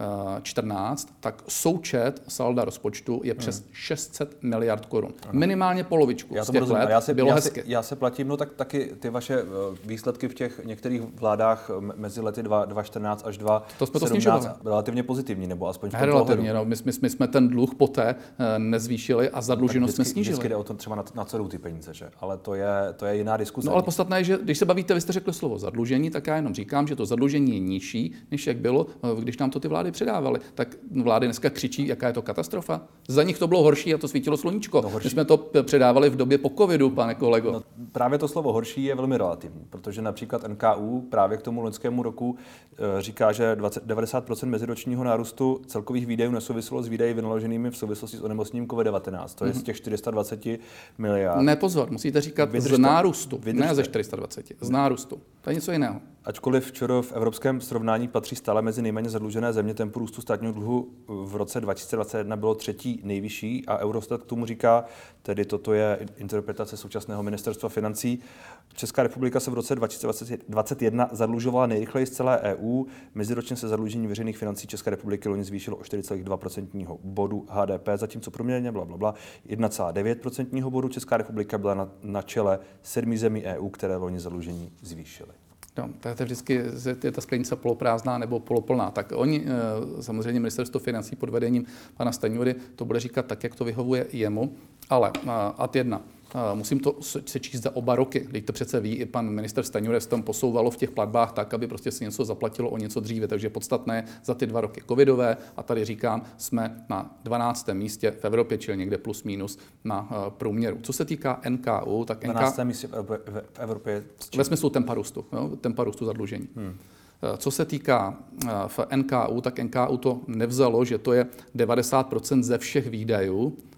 B: čtrnáct, tak součet salda rozpočtu je přes hmm. šest set miliard korun. Ano. Minimálně polovičku
A: já
B: z těch
A: rozumím.
B: let
A: já se,
B: bylo
A: já
B: hezky.
A: Se, já se platím, no tak taky ty vaše výsledky v těch některých vládách mezi lety dva tisíce čtrnáct až dva tisíce sedmnáct relativně pozitivní, nebo aspoň v tom
B: relativně, no, my, my, my jsme ten dluh poté nezvýšili a zadluženost jsme snížili.
A: Vždycky jde o tom třeba na, na co jdou ty peníze, že? Ale to je, to je jiná diskuse.
B: No ale podstatné je, že když se bavíte, vy jste řekli slovo zadlužení, tak já jenom říkám, že to zadlužení je nižší, než jak bylo, když nám to ty vlády předávaly. Tak vlády dneska křičí, jaká je to katastrofa. Za nich to bylo horší a to svítilo sluníčko. No, My jsme to předávali v době po covidu, pane kolego. No,
A: právě to slovo horší je velmi relativní, protože například N K U právě k tomu loňskému roku říká, že devadesát procent meziročního nárůstu celkových výdajů nesouviselo s výdaji vynaloženými v souvislosti s onemocněním covid devatenáct. To je mm-hmm. z těch čtyři sta dvacet miliard.
B: Ne, pozor, musíte říkat vydržte, z nárůstu, vydržte. Ne ze čtyři sta dvacet, z nárůstu. To je něco jiného.
A: Ačkoliv včera v evropském srovnání patří stále mezi nejméně zadlužené země, tempo růstu státního dluhu v roce dva tisíce dvacet jedna bylo třetí nejvyšší a Eurostat k tomu říká, tedy toto je interpretace současného ministerstva financí. Česká republika se v roce dva tisíce dvacet jedna zadlužovala nejrychleji z celé E U. Meziročně se zadlužení veřejných financí České republiky loni zvýšilo o čtyři celá dva procentního bodu H D P, zatímco průměrně bla, bla, bla, jedna celá devět procentního bodu. Česká republika byla na, na čele sedmi zemí E U, které loni zadlužení zvýšily.
B: No, tak to vždycky je ta sklenice poloprázdná nebo poloplná. Tak oni, samozřejmě ministerstvo financí pod vedením pana Stanjury, to bude říkat tak, jak to vyhovuje jemu, ale ad jedna. Musím to se číst za oba roky. Teď to přece ví, i pan minister Stanjura se tam posouvalo v těch platbách tak, aby prostě si něco zaplatilo o něco dříve. Takže podstatné za ty dva roky covidové. A tady říkám, jsme na dvanáctém místě v Evropě, čili někde plus minus na průměru. Co se týká N K U, tak N K U...
A: dvanáctém místě v Evropě...
B: Ve smyslu tempa růstu, jo? tempa růstu zadlužení. Hmm. Co se týká v N K U, tak N K U to nevzalo, že to je devadesát procent ze všech výdajů,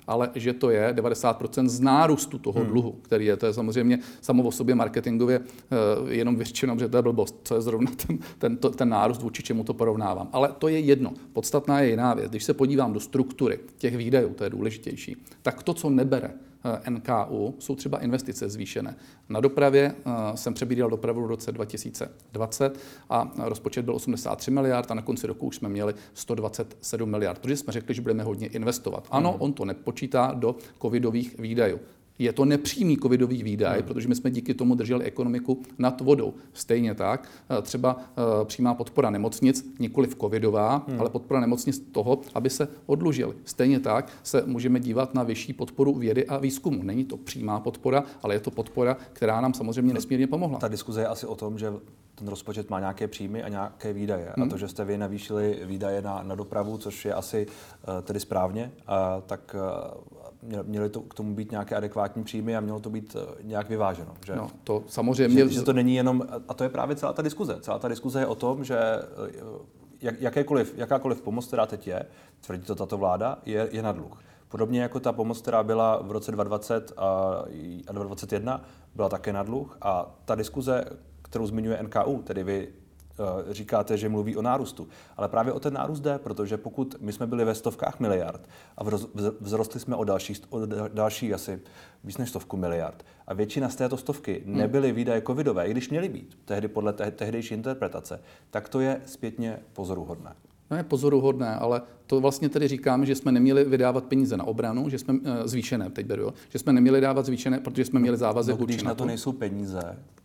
B: ale že to je devadesát procent z nárůstu toho hmm. dluhu, který je. To je samozřejmě samo o sobě marketingově uh, jenom vyřčeno, že to je blbost, co je zrovna ten, ten, to, ten nárůst, vůči čemu to porovnávám. Ale to je jedno. Podstatná je jiná věc. Když se podívám do struktury těch výdajů, to je důležitější, tak to, co nebere N K U, jsou třeba investice zvýšené. Na dopravě jsem přebíral dopravu v roce dva tisíce dvacet a rozpočet byl osmdesát tři miliard a na konci roku už jsme měli sto dvacet sedm miliard, protože jsme řekli, že budeme hodně investovat. Ano, on to nepočítá do covidových výdajů. Je to nepřímý covidový výdaj, hmm. protože my jsme díky tomu drželi ekonomiku nad vodou. Stejně tak třeba přímá podpora nemocnic, nikoliv covidová, hmm. ale podpora nemocnic toho, aby se odlužili. Stejně tak se můžeme dívat na vyšší podporu vědy a výzkumu. Není to přímá podpora, ale je to podpora, která nám samozřejmě nesmírně pomohla.
A: Ta diskuze je asi o tom, že ten rozpočet má nějaké příjmy a nějaké výdaje. Hmm. A to, že jste vy navýšili výdaje na, na dopravu, což je asi uh, tedy správně, uh, tak uh, měly to k tomu být nějaké adekvátní příjmy a mělo to být uh, nějak vyváženo. Že?
B: No, to samozřejmě...
A: Že, že to není jenom... A to je právě celá ta diskuze. Celá ta diskuze je o tom, že uh, jak, jakékoliv, jakákoliv pomoc, která teď je, tvrdí to tato vláda, je, je na dluh. Podobně jako ta pomoc, která byla v roce dva tisíce dvacet a, a dva tisíce dvacet jedna, byla také na dluh. A ta diskuze, kterou zmiňuje N K U, tedy vy uh, říkáte, že mluví o nárůstu, ale právě o ten nárůst jde, protože pokud my jsme byli ve stovkách miliard a vroz, vzrostli jsme o další, o další asi víc než stovku miliard a většina z této stovky hmm. nebyly výdaje covidové, i když měly být, tehdy podle te, tehdejší interpretace, tak to je zpětně pozoruhodné.
B: No je pozoruhodné, ale to vlastně tedy říkáme, že jsme neměli vydávat peníze na obranu, že jsme uh, zvýšené, teď beru, že jsme neměli dávat zvýšené, protože jsme měli závazek
A: no,
B: vůči
A: když na to nejsou peníze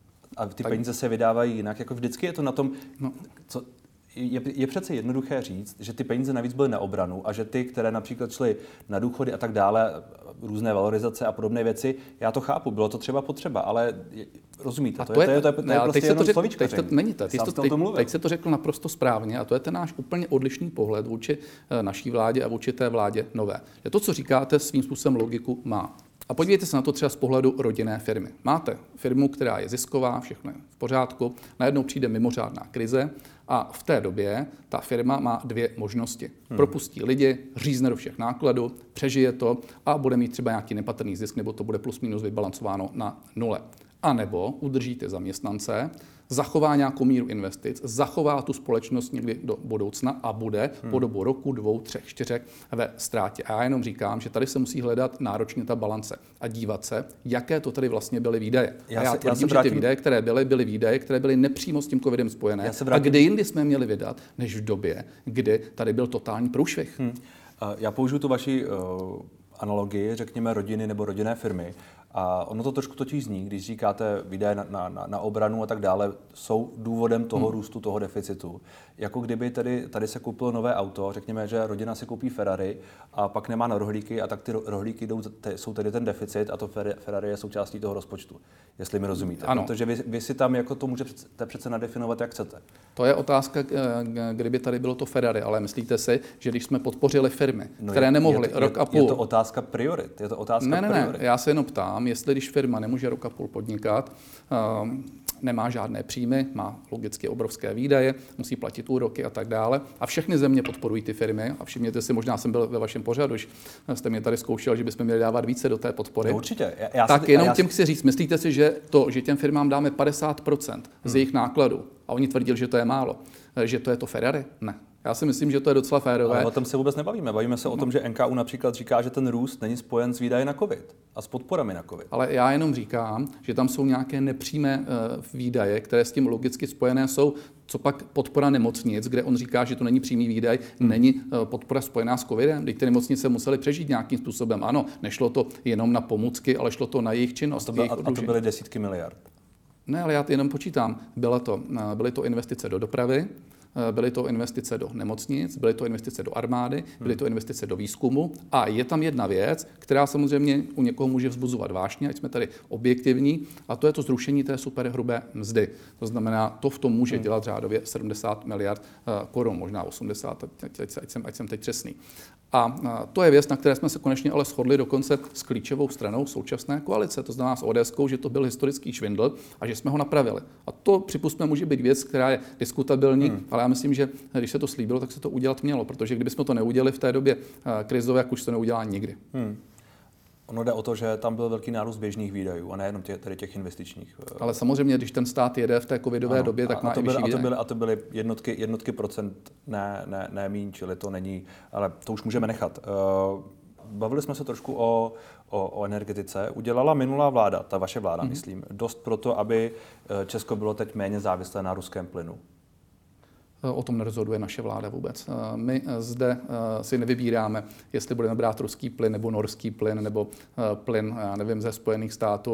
A: a ty
B: tak...
A: peníze se vydávají jinak, jako vždycky je to na tom, no. co, je, je přece jednoduché říct, že ty peníze navíc byly na obranu a že ty, které například šly na důchody a tak dále, různé valorizace a podobné věci, já to chápu, bylo to třeba potřeba, ale rozumíte, to, to je, to je, to je, to je, to je prostě jenom slovíčkaření.
B: Není to, teď, to, teď, teď se to řekl naprosto správně a to je ten náš úplně odlišný pohled vůči naší vládě a vůči té vládě nové. Je to, co říkáte, svým způsobem logiku má. A podívejte se na to třeba z pohledu rodinné firmy. Máte firmu, která je zisková, všechno je v pořádku, najednou přijde mimořádná krize a v té době ta firma má dvě možnosti. Hmm. Propustí lidi, řízne do všech nákladů, přežije to a bude mít třeba nějaký nepatrný zisk, nebo to bude plus minus vybalancováno na nule. A nebo udržíte zaměstnance, zachová nějakou míru investic, zachová tu společnost někdy do budoucna a bude hmm. po dobu roku, dvou, třech, čtyřech ve ztrátě. A já jenom říkám, že tady se musí hledat náročně ta balance a dívat se, jaké to tady vlastně byly výdaje. Já a já se, tvrdím, já že ty výdaje, které byly, byly výdaje, které byly nepřímo s tím covidem spojené. A kdy jindy jsme měli vydat, než v době, kdy tady byl totální průšvih. Hmm.
A: Já použiju tu vaši uh, analogii, řekněme rodiny nebo rodinné firmy. A ono to trošku totiž zní, když říkáte výdaje na, na, na obranu a tak dále, jsou důvodem toho hmm. růstu, toho deficitu. Jako kdyby tady, tady se koupilo nové auto, řekněme, že rodina si koupí Ferrari a pak nemá na rohlíky a tak ty rohlíky jdou, te, jsou tedy ten deficit a to Ferrari je součástí toho rozpočtu, jestli mi rozumíte.
B: Ano.
A: Protože vy, vy si tam jako to můžete přece nadefinovat, jak chcete.
B: To je otázka, kdyby tady bylo to Ferrari, ale myslíte si, že když jsme podpořili firmy,
A: no
B: které
A: je,
B: nemohly
A: je,
B: rok
A: je,
B: a půl...
A: Je to otázka priorit. Je to otázka
B: ne, ne,
A: priorit.
B: Ne, já se jenom ptám, jestli když firma nemůže rok a půl podnikat, um, nemá žádné příjmy, má logicky obrovské výdaje, musí platit úroky a tak dále. A všechny země podporují ty firmy. A všimněte si, možná jsem byl ve vašem pořadu, když jste mě tady zkoušel, že bychom měli dávat více do té podpory.
A: No určitě. Já, já
B: tak
A: si,
B: jenom
A: já
B: tím chci říct, myslíte si, že to, že těm firmám dáme padesát procent z jejich nákladů, a oni tvrdili, že to je málo, že to je to Ferrari? Ne. Já si myslím, že to je docela férové.
A: Ale o tom se vůbec nebavíme. Bavíme se no. o tom, že N K U například říká, že ten růst není spojen s výdaji na COVID a s podporami na COVID.
B: Ale já jenom říkám, že tam jsou nějaké nepřímé uh, výdaje, které s tím logicky spojené jsou. Co pak podpora nemocnic, kde on říká, že to není přímý výdaj, hmm. není uh, podpora spojená s covidem. Teď ty nemocnice musely přežít nějakým způsobem. Ano, nešlo to jenom na pomůcky, ale šlo to na jejich činnost.
A: A to, byl, a, a to byly desítky miliard.
B: Ne, ale já to jenom počítám. Byla to, uh, byly to investice do dopravy, byly to investice do nemocnic, byly to investice do armády, byly to investice do výzkumu a je tam jedna věc, která samozřejmě u někoho může vzbuzovat vášně, ať jsme tady objektivní, a to je to zrušení té superhrubé mzdy. To znamená, to v tom může dělat řádově sedmdesát miliard korun, možná osmdesát, ať, ať, ať, jsem, ať jsem teď přesný. A to je věc, na které jsme se konečně ale shodli dokonce s klíčovou stranou současné koalice, to znamená s ODSkou, že to byl historický švindl a že jsme ho napravili. A to připustme může být věc, která je diskutabilní, hmm. ale ale já myslím, že když se to slíbilo, tak se to udělat mělo, protože kdybychom to neudělali v té době krizové, jak už to neudělá nikdy. Hmm.
A: Ono jde o to, že tam byl velký nárůst běžných výdajů a nejenom těch, tedy těch investičních.
B: Ale samozřejmě, když ten stát jede v té covidové ano, době, tak a, má a i vyšší
A: a to byly, a to byly jednotky, jednotky procent, ne, ne, ne míň, čili to není, ale to už můžeme nechat. Bavili jsme se trošku o, o, o energetice. Udělala minulá vláda, ta vaše vláda, mm-hmm. myslím, dost pro to, aby Česko bylo teď méně závislé na ruském plynu?
B: O tom nerozhoduje naše vláda vůbec. My zde si nevybíráme, jestli budeme brát ruský plyn nebo norský plyn nebo plyn, já nevím, ze Spojených států.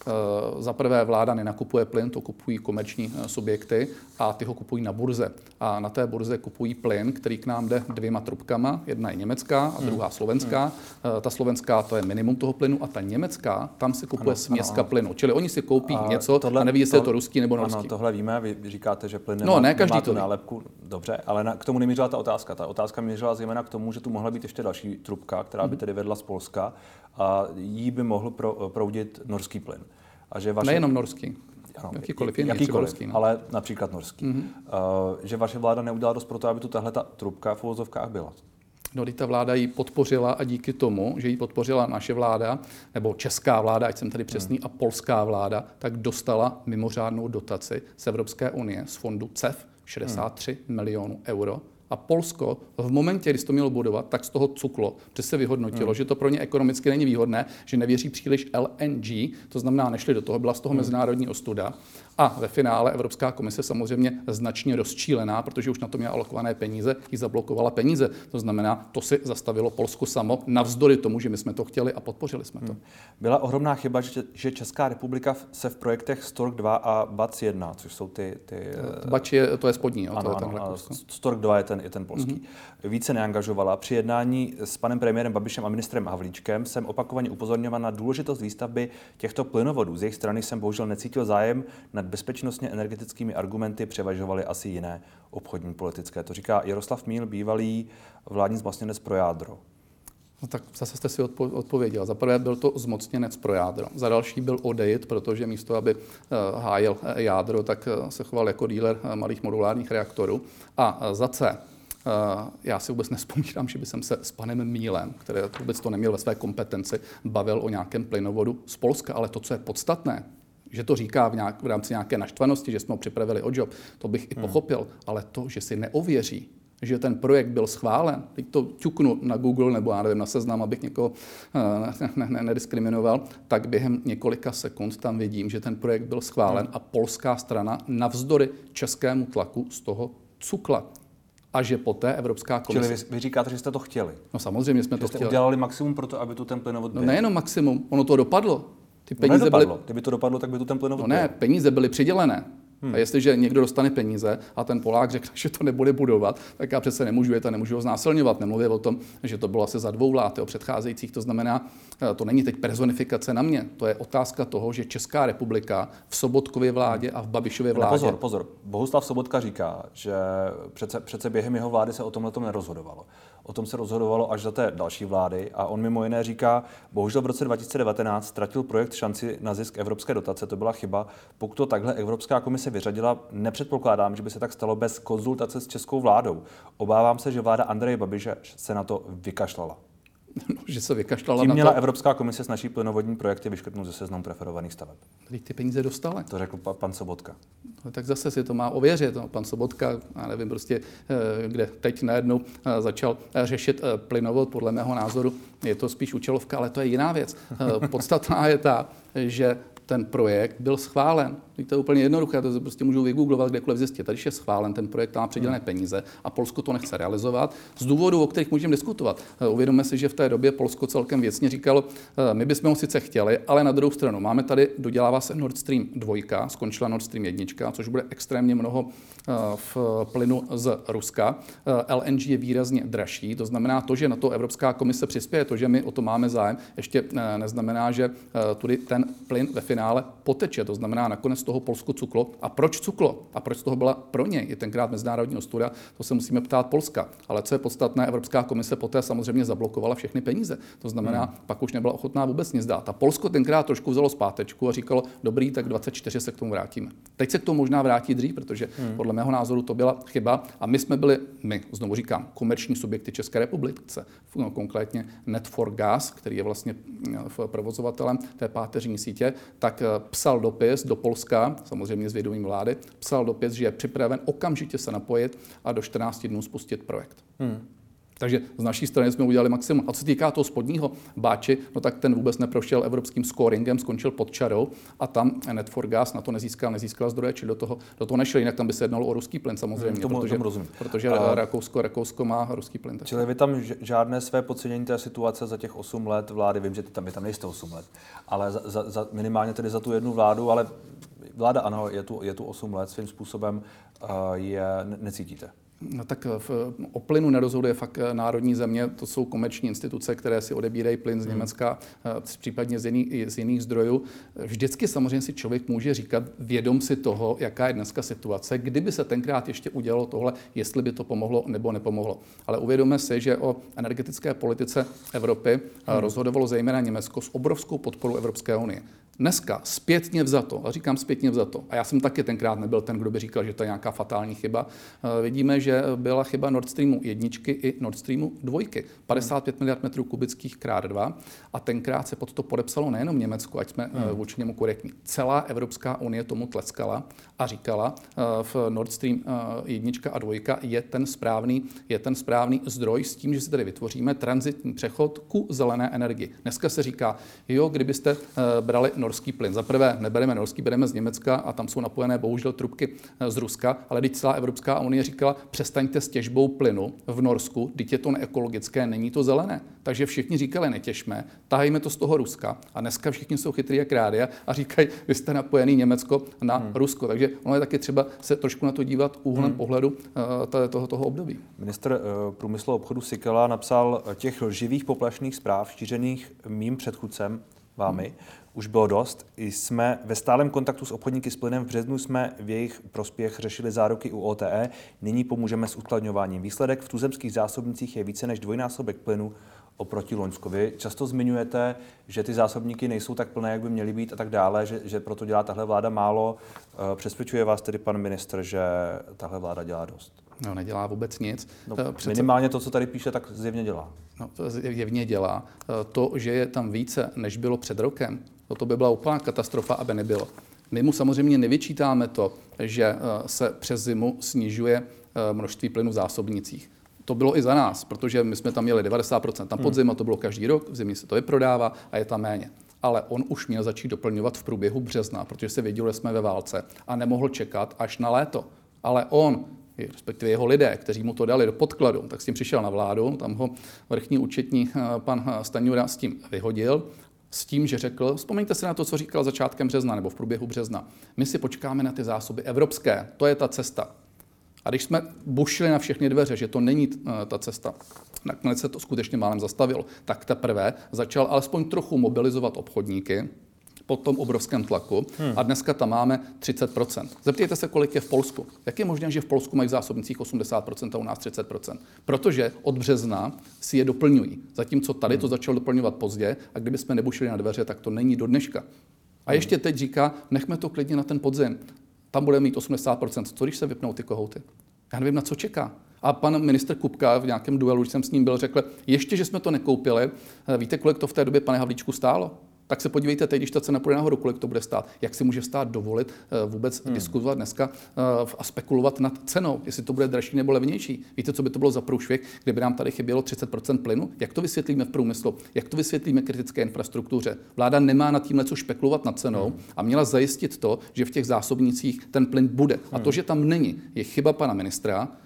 B: Za prvé vláda nenakupuje plyn, to kupují komerční subjekty a ty ho kupují na burze. A na té burze kupují plyn, který k nám jde dvěma trubkama. Jedna je německá a druhá slovenská. Hmm. Ta slovenská to je minimum toho plynu a ta německá, tam se kupuje ano, směska ano, plynu. Čili oni si koupí a něco tohle, a neví, jestli to, je to ruský nebo norský.
A: Ano, tohle víme, vy říkáte, že plyn
B: nemá, no, ne každý
A: nemá
B: tu
A: to nálepku. Dobře, ale na, k tomu nemířila ta otázka. Ta otázka mířila zejména k tomu, že tu mohla být ještě další trubka, která by tedy vedla z Polska a jí by mohl pro, proudit norský plyn. A že vaše...
B: Nejenom norský. Ano, jakýkoliv jiný,
A: jakýkoliv,
B: norský, no.
A: Ale například norský. Mm-hmm. Uh, že vaše vláda neudělala dost pro to, aby tu tahleta trubka v uvozovkách byla.
B: No, ta vláda ji podpořila a díky tomu, že ji podpořila naše vláda, nebo česká vláda, ať jsem tady přesný, hmm. a polská vláda, tak dostala mimořádnou dotaci z Evropské unie, z fondu C E F, šedesát tři hmm. milionů euro. A Polsko v momentě, kdy to mělo budovat, tak z toho cuklo, že se vyhodnotilo, hmm. že to pro ně ekonomicky není výhodné, že nevěří příliš L N G, to znamená, nešli do toho, byla z toho hmm. mezinárodní ostuda. A ve finále Evropská komise samozřejmě značně rozčílená, protože už na to měla alokované peníze, jí zablokovala peníze. To znamená, to si zastavilo Polsko samo, navzdory tomu, že my jsme to chtěli a podpořili jsme to. Hmm.
A: Byla ohromná chyba, že Česká republika se v projektech Stork dva a B A C jedna, což jsou ty... ty
B: B A C je, to je spodní.
A: Ano,
B: to je
A: ano, Stork dva je ten, je ten polský. Mm-hmm. Více neangažovala. Při jednání s panem premiérem Babišem a ministrem Havlíčkem jsem opakovaně upozorňoval na důležitost výstavby těchto plynovodů. Z jejich strany jsem bohužel necítil zájem nad bezpečnostně energetickými argumenty, převažovaly asi jiné obchodní politické. To říká Jaroslav Míl, bývalý vládní zmocněnec pro jádro.
B: No tak zase jste si odpo- odpověděl. Za prvé byl to zmocněnec pro jádro. Za další byl odejít, protože místo, aby uh, hájil jádro, tak uh, se choval jako díler uh, malých modulárních reaktorů. A uh, za C. Uh, já si vůbec nespomínám, že by jsem se s panem Mílem, který vůbec to neměl ve své kompetenci, bavil o nějakém plynovodu z Polska. Ale to, co je podstatné, že to říká v, nějak, v rámci nějaké naštvanosti, že jsme ho připravili o job, to bych i pochopil. Ale to, že si neověří, že ten projekt byl schválen, teď to ťuknu na Google nebo já nevím, na Seznam, abych někoho ne, ne, ne, nediskriminoval, tak během několika sekund tam vidím, že ten projekt byl schválen a polská strana navzdory českému tlaku z toho cukla. A že poté Evropská komise...
A: Čili vy, vy říkáte, že jste to chtěli?
B: No samozřejmě jsme
A: že
B: to
A: jste
B: chtěli.
A: Udělali maximum pro to, aby tu ten plynovod byl?
B: No nejenom maximum, ono to dopadlo. Ty
A: peníze byly... Kdyby to dopadlo, tak by tu ten plynovod
B: byl. No ne, peníze byly přidělené. Hmm. A jestliže někdo dostane peníze a ten Polák řekne, že to nebude budovat, tak já přece nemůžu jet a nemůžu ho znásilňovat. Nemluvím o tom, že to bylo asi za dvou vlád, o předcházejících. To znamená, to není teď personifikace na mě. To je otázka toho, že Česká republika v Sobotkově vládě a v Babišově vládě...
A: No pozor, pozor. Bohuslav Sobotka říká, že přece, přece během jeho vlády se o tomhle nerozhodovalo. O tom se rozhodovalo až za té další vlády a on mimo jiné říká, bohužel v roce dva tisíce devatenáct ztratil projekt šanci na zisk evropské dotace, to byla chyba. Pokud to takhle Evropská komise vyřadila, nepředpokládám, že by se tak stalo bez konzultace s českou vládou. Obávám se, že vláda Andreje Babiše se na to vykašlala.
B: No, že se vykašlala
A: Tím
B: na
A: měla
B: to...
A: Evropská komise s naší plynovodní projekty vyškrtnout ze seznamu preferovaných staveb.
B: Teď ty peníze dostali.
A: To řekl pan Sobotka.
B: No, tak zase si to má ověřit. No, pan Sobotka, já nevím prostě, kde teď najednou začal řešit plynovod, podle mého názoru je to spíš účelovka, ale to je jiná věc. Podstatná je ta, že ten projekt byl schválen. To je úplně jednoduché, to prostě můžu vygooglovat, kdekoliv zjistit. Tady je schválen ten projekt, má přidělené peníze a Polsko to nechce realizovat z důvodů, o kterých můžeme diskutovat. Uvědomme si, že v té době Polsko celkem věcně říkalo, my bychom ho sice chtěli, ale na druhou stranu máme tady, dodělává se Nord Stream dva, skončila Nord Stream jedna, což bude extrémně mnoho v plynu z Ruska. L N G je výrazně dražší, to znamená to, že na to Evropská komise přispěje, to, že my o to máme zájem, ještě neznamená, že tudy ten plyn ve finále poteče. To znamená, nakonec toho Polsko cuklo. A proč cuklo? A proč z toho byla pro něj i tenkrát mezinárodní ostuda? To se musíme ptát Polska. Ale co je podstatné, Evropská komise poté samozřejmě zablokovala všechny peníze. To znamená, hmm. pak už nebyla ochotná vůbec nic dát. A Polsko tenkrát trošku vzalo zpátečku a říkalo, dobrý, tak dvacet čtyři se k tomu vrátíme. Teď se k tomu možná vrátí dřív, protože hmm. podle mého názoru to byla chyba. A my jsme byli, my, znovu říkám, komerční subjekty České republice, no, konkrétně Net for Gas, který je vlastně provozovatelem té páteřní sítě, tak psal dopis do Polska, samozřejmě s vědomím vlády, psal dopis, že je připraven okamžitě se napojit a do čtrnácti dnů spustit projekt. Hmm. Takže z naší strany jsme udělali maximum. A co se týká toho spodního Báči, no tak ten vůbec neprošel evropským scoringem, skončil pod čarou a tam Net for Gas na to nezískal, nezískal zdroje, či do toho, do toho nešel, jinak tam by se jednalo o ruský plyn samozřejmě,
A: tomu,
B: protože,
A: tomu
B: protože a... Rakousko, Rakousko má ruský plyn. Tak.
A: Čili vy tam žádné své podcenění té situace za těch osm let vlády, vím, že tam, vy tam nejste osm let, ale za, za, za, minimálně tedy za tu jednu vládu, ale vláda ano, je tu, je tu osm let, svým způsobem uh, je necítíte.
B: No tak v, o plynu nerozhoduje fakt národní země, to jsou komerční instituce, které si odebírají plyn z Německa, hmm. případně z, jiný, z jiných zdrojů. Vždycky samozřejmě si člověk může říkat, vědom si toho, jaká je dneska situace, kdyby se tenkrát ještě udělalo tohle, jestli by to pomohlo nebo nepomohlo. Ale uvědomme si, že o energetické politice Evropy hmm. rozhodovalo zejména Německo s obrovskou podporou Evropské unie. Dneska zpětně vzato, a říkám zpětně vzato, a já jsem taky tenkrát nebyl ten, kdo by říkal, že to je nějaká fatální chyba, vidíme, že byla chyba Nord Streamu jedničky i Nord Streamu dvojky. padesát pět miliard metrů kubických krát dva a tenkrát se pod to podepsalo nejenom Německo, ať jsme hmm. vůči němu korektní. Celá Evropská unie tomu tleskala a říkala, v Nord Stream jednička a dvojka je ten správný, je ten správný zdroj s tím, že si tady vytvoříme tranzitní přechod ku zelené energii. Dneska se říká, jo, kdybyste brali norský plyn. Za prvé nebereme norský, bereme z Německa a tam jsou napojené bohužel trubky z Ruska, ale když celá Evropská unie říkala, přestaňte s těžbou plynu v Norsku, teď je to neekologické, není to zelené. Takže všichni říkali, netěžme, tahejme to z toho Ruska a dneska všichni jsou chytrý jak rádia a říkají, vy jste napojený Německo na hmm. Rusko. Takže ono je taky třeba se trošku na to dívat úhlem hmm. pohledu uh, toho, toho období.
A: Ministr uh, průmyslu a obchodu Síkela napsal, těch lživých poplašných zpráv šířených mým předchůdcem, vámi, hmm. už bylo dost. Jsme ve stálem kontaktu s obchodníky s plynem. V březnu jsme v jejich prospěch řešili záruky u O T E. Nyní pomůžeme s uskladňováním. Výsledek v tuzemských zásobnicích je více než dvojnásobek plynu oproti loňsku. Vy často zmiňujete, že ty zásobníky nejsou tak plné, jak by měly být a tak dále, že, že proto dělá tahle vláda málo. Přesvědčuje vás tedy pan ministr, že tahle vláda dělá dost?
B: No, nedělá vůbec nic.
A: No, Přece... Minimálně to, co tady píše, tak zjevně dělá.
B: No, to zjevně dělá. To, že je tam více, než bylo před rokem, no to by byla úplná katastrofa, aby nebylo. My mu samozřejmě nevyčítáme to, že se přes zimu snižuje množství plynu v zásobnicích. To bylo i za nás, protože my jsme tam měli devadesát procent na podzim a to bylo každý rok, v zimě se to vyprodává a je tam méně. Ale on už měl začít doplňovat v průběhu března, protože se věděl, že jsme ve válce a nemohl čekat až na léto. Ale on, respektive jeho lidé, kteří mu to dali do podkladu, tak s tím přišel na vládu, tam ho vrchní účetní pan Stanjura s tím vyhodil, s tím, že řekl, vzpomeňte si na to, co říkal začátkem března nebo v průběhu března, my si počkáme na ty zásoby evropské, to je ta cesta. A když jsme bušili na všechny dveře, že to není ta cesta, nakonec se to skutečně málem zastavilo, tak teprve začal alespoň trochu mobilizovat obchodníky po tom obrovském tlaku hmm. a dneska tam máme třicet procent. Zeptejte se, kolik je v Polsku. Jak je možné, že v Polsku mají v zásobnicích osmdesát procent a u nás třicet procent? Protože od března si je doplňují. Zatímco tady hmm. to začalo doplňovat pozdě a kdyby jsme nebušili na dveře, tak to není do dneška. A ještě teď říká, nechme to klidně na ten podzim. Tam bude mít osmdesát procent. Co když se vypnou ty kohouty? Já nevím, na co čeká. A pan ministr Kupka v nějakém duelu, když jsem s ním byl, řekl, ještě, že jsme to nekoupili, víte, kolik to v té době, pane Havlíčku, stálo? Tak se podívejte teď, když ta cena půjde nahoru, kolik to bude stát. Jak si může stát dovolit vůbec hmm. diskutovat dneska a spekulovat nad cenou, jestli to bude dražší nebo levnější. Víte, co by to bylo za průšvih, kdyby nám tady chybělo třicet procent plynu? Jak to vysvětlíme v průmyslu? Jak to vysvětlíme kritické infrastruktuře? Vláda nemá nad tímhle co špekulovat nad cenou hmm. a měla zajistit to, že v těch zásobnicích ten plyn bude. A to, že tam není, je chyba pana ministra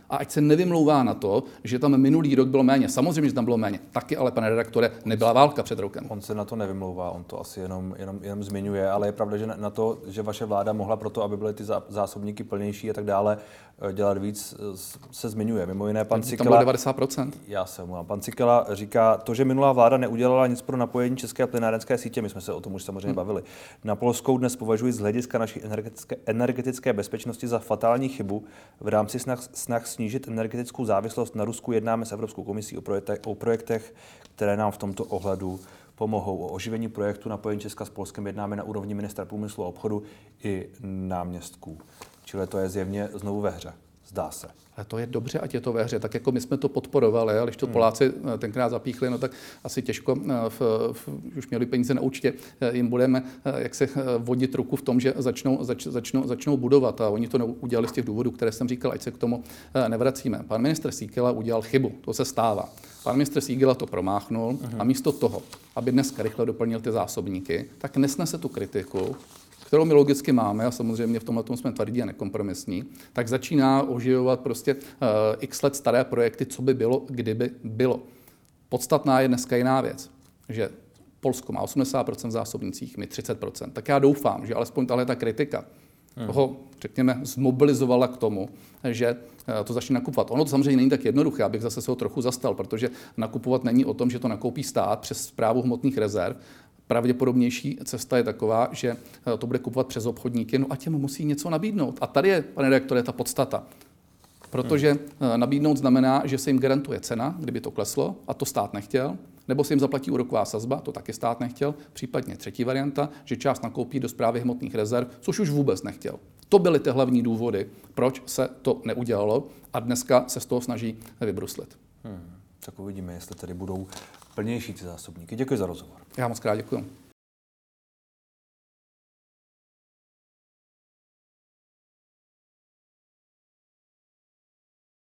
B: A ať se nevymlouvá na to, že tam minulý rok bylo méně. Samozřejmě, že tam bylo méně. Taky ale, pane redaktore, nebyla válka před rokem.
A: On se na to nevymlouvá, on to asi jenom, jenom, jenom zmiňuje, ale je pravda, že na to, že vaše vláda mohla proto, aby byly ty zásobníky plnější a tak dále, dělat víc, se zmiňuje. Mimo jiné pan Síkela...
B: Tam bylo devadesát procent.
A: Já se omlouvám. Pan Síkela říká, to, že minulá vláda neudělala nic pro napojení české plynárenské sítě, my jsme se o tom už samozřejmě hmm. bavili. Na Polskou dnes považuji z hlediska naší energetické, energetické bezpečnosti za fatální chybu. V rámci snah, snah snížit energetickou závislost na Rusku jednáme s Evropskou komisí o projektech, o projektech, které nám v tomto ohledu pomohou. O oživení projektu napojení Česka s Polskem jednáme na úrovni ministra průmyslu a obchodu i náměstků. Čili to je zjevně znovu ve hře. Zdá se.
B: Ale to je dobře, ať je to ve hře. Tak jako my jsme to podporovali, ale když to hmm. Poláci tenkrát zapíchli, no tak asi těžko, v, v, už měli peníze na účtě, jim budeme jak se vodit ruku v tom, že začnou, zač, začnou, začnou budovat. A oni to udělali z těch důvodů, které jsem říkal, ať se k tomu nevracíme. Pan ministr Síkela udělal chybu, to se stává. Pan ministr Síkela to promáchnul hmm. a místo toho, aby dneska rychle doplnil ty zásobníky, tak nesnese tu kritiku, kterou my logicky máme, a samozřejmě v tomhle tomu jsme tvrdí a nekompromisní, tak začíná oživovat prostě uh, x let staré projekty, co by bylo, kdyby bylo. Podstatná je dneska jiná věc, že Polsko má osmdesát procent v zásobnicích, my třicet procent. Tak já doufám, že alespoň tahle ta kritika hmm. ho, řekněme, zmobilizovala k tomu, že to začne nakupovat. Ono to samozřejmě není tak jednoduché, abych zase se ho trochu zastal, protože nakupovat není o tom, že to nakoupí stát přes správu hmotných rezerv. Pravděpodobnější cesta je taková, že to bude kupovat přes obchodníky, no a těm musí něco nabídnout. A tady je, pane redaktore, ta podstata. Protože hmm. nabídnout znamená, že se jim garantuje cena, kdyby to kleslo, a to stát nechtěl, nebo se jim zaplatí úroková sazba, to taky stát nechtěl, případně třetí varianta, že část nakoupí do správy hmotných rezerv, což už vůbec nechtěl. To byly ty hlavní důvody, proč se to neudělalo a dneska se z toho snaží vybruslit.
A: Hmm. Tak uvidíme, jestli tedy budou plnější ty zásobníky. Děkuji za rozhovor.
B: Já moc krát děkuji.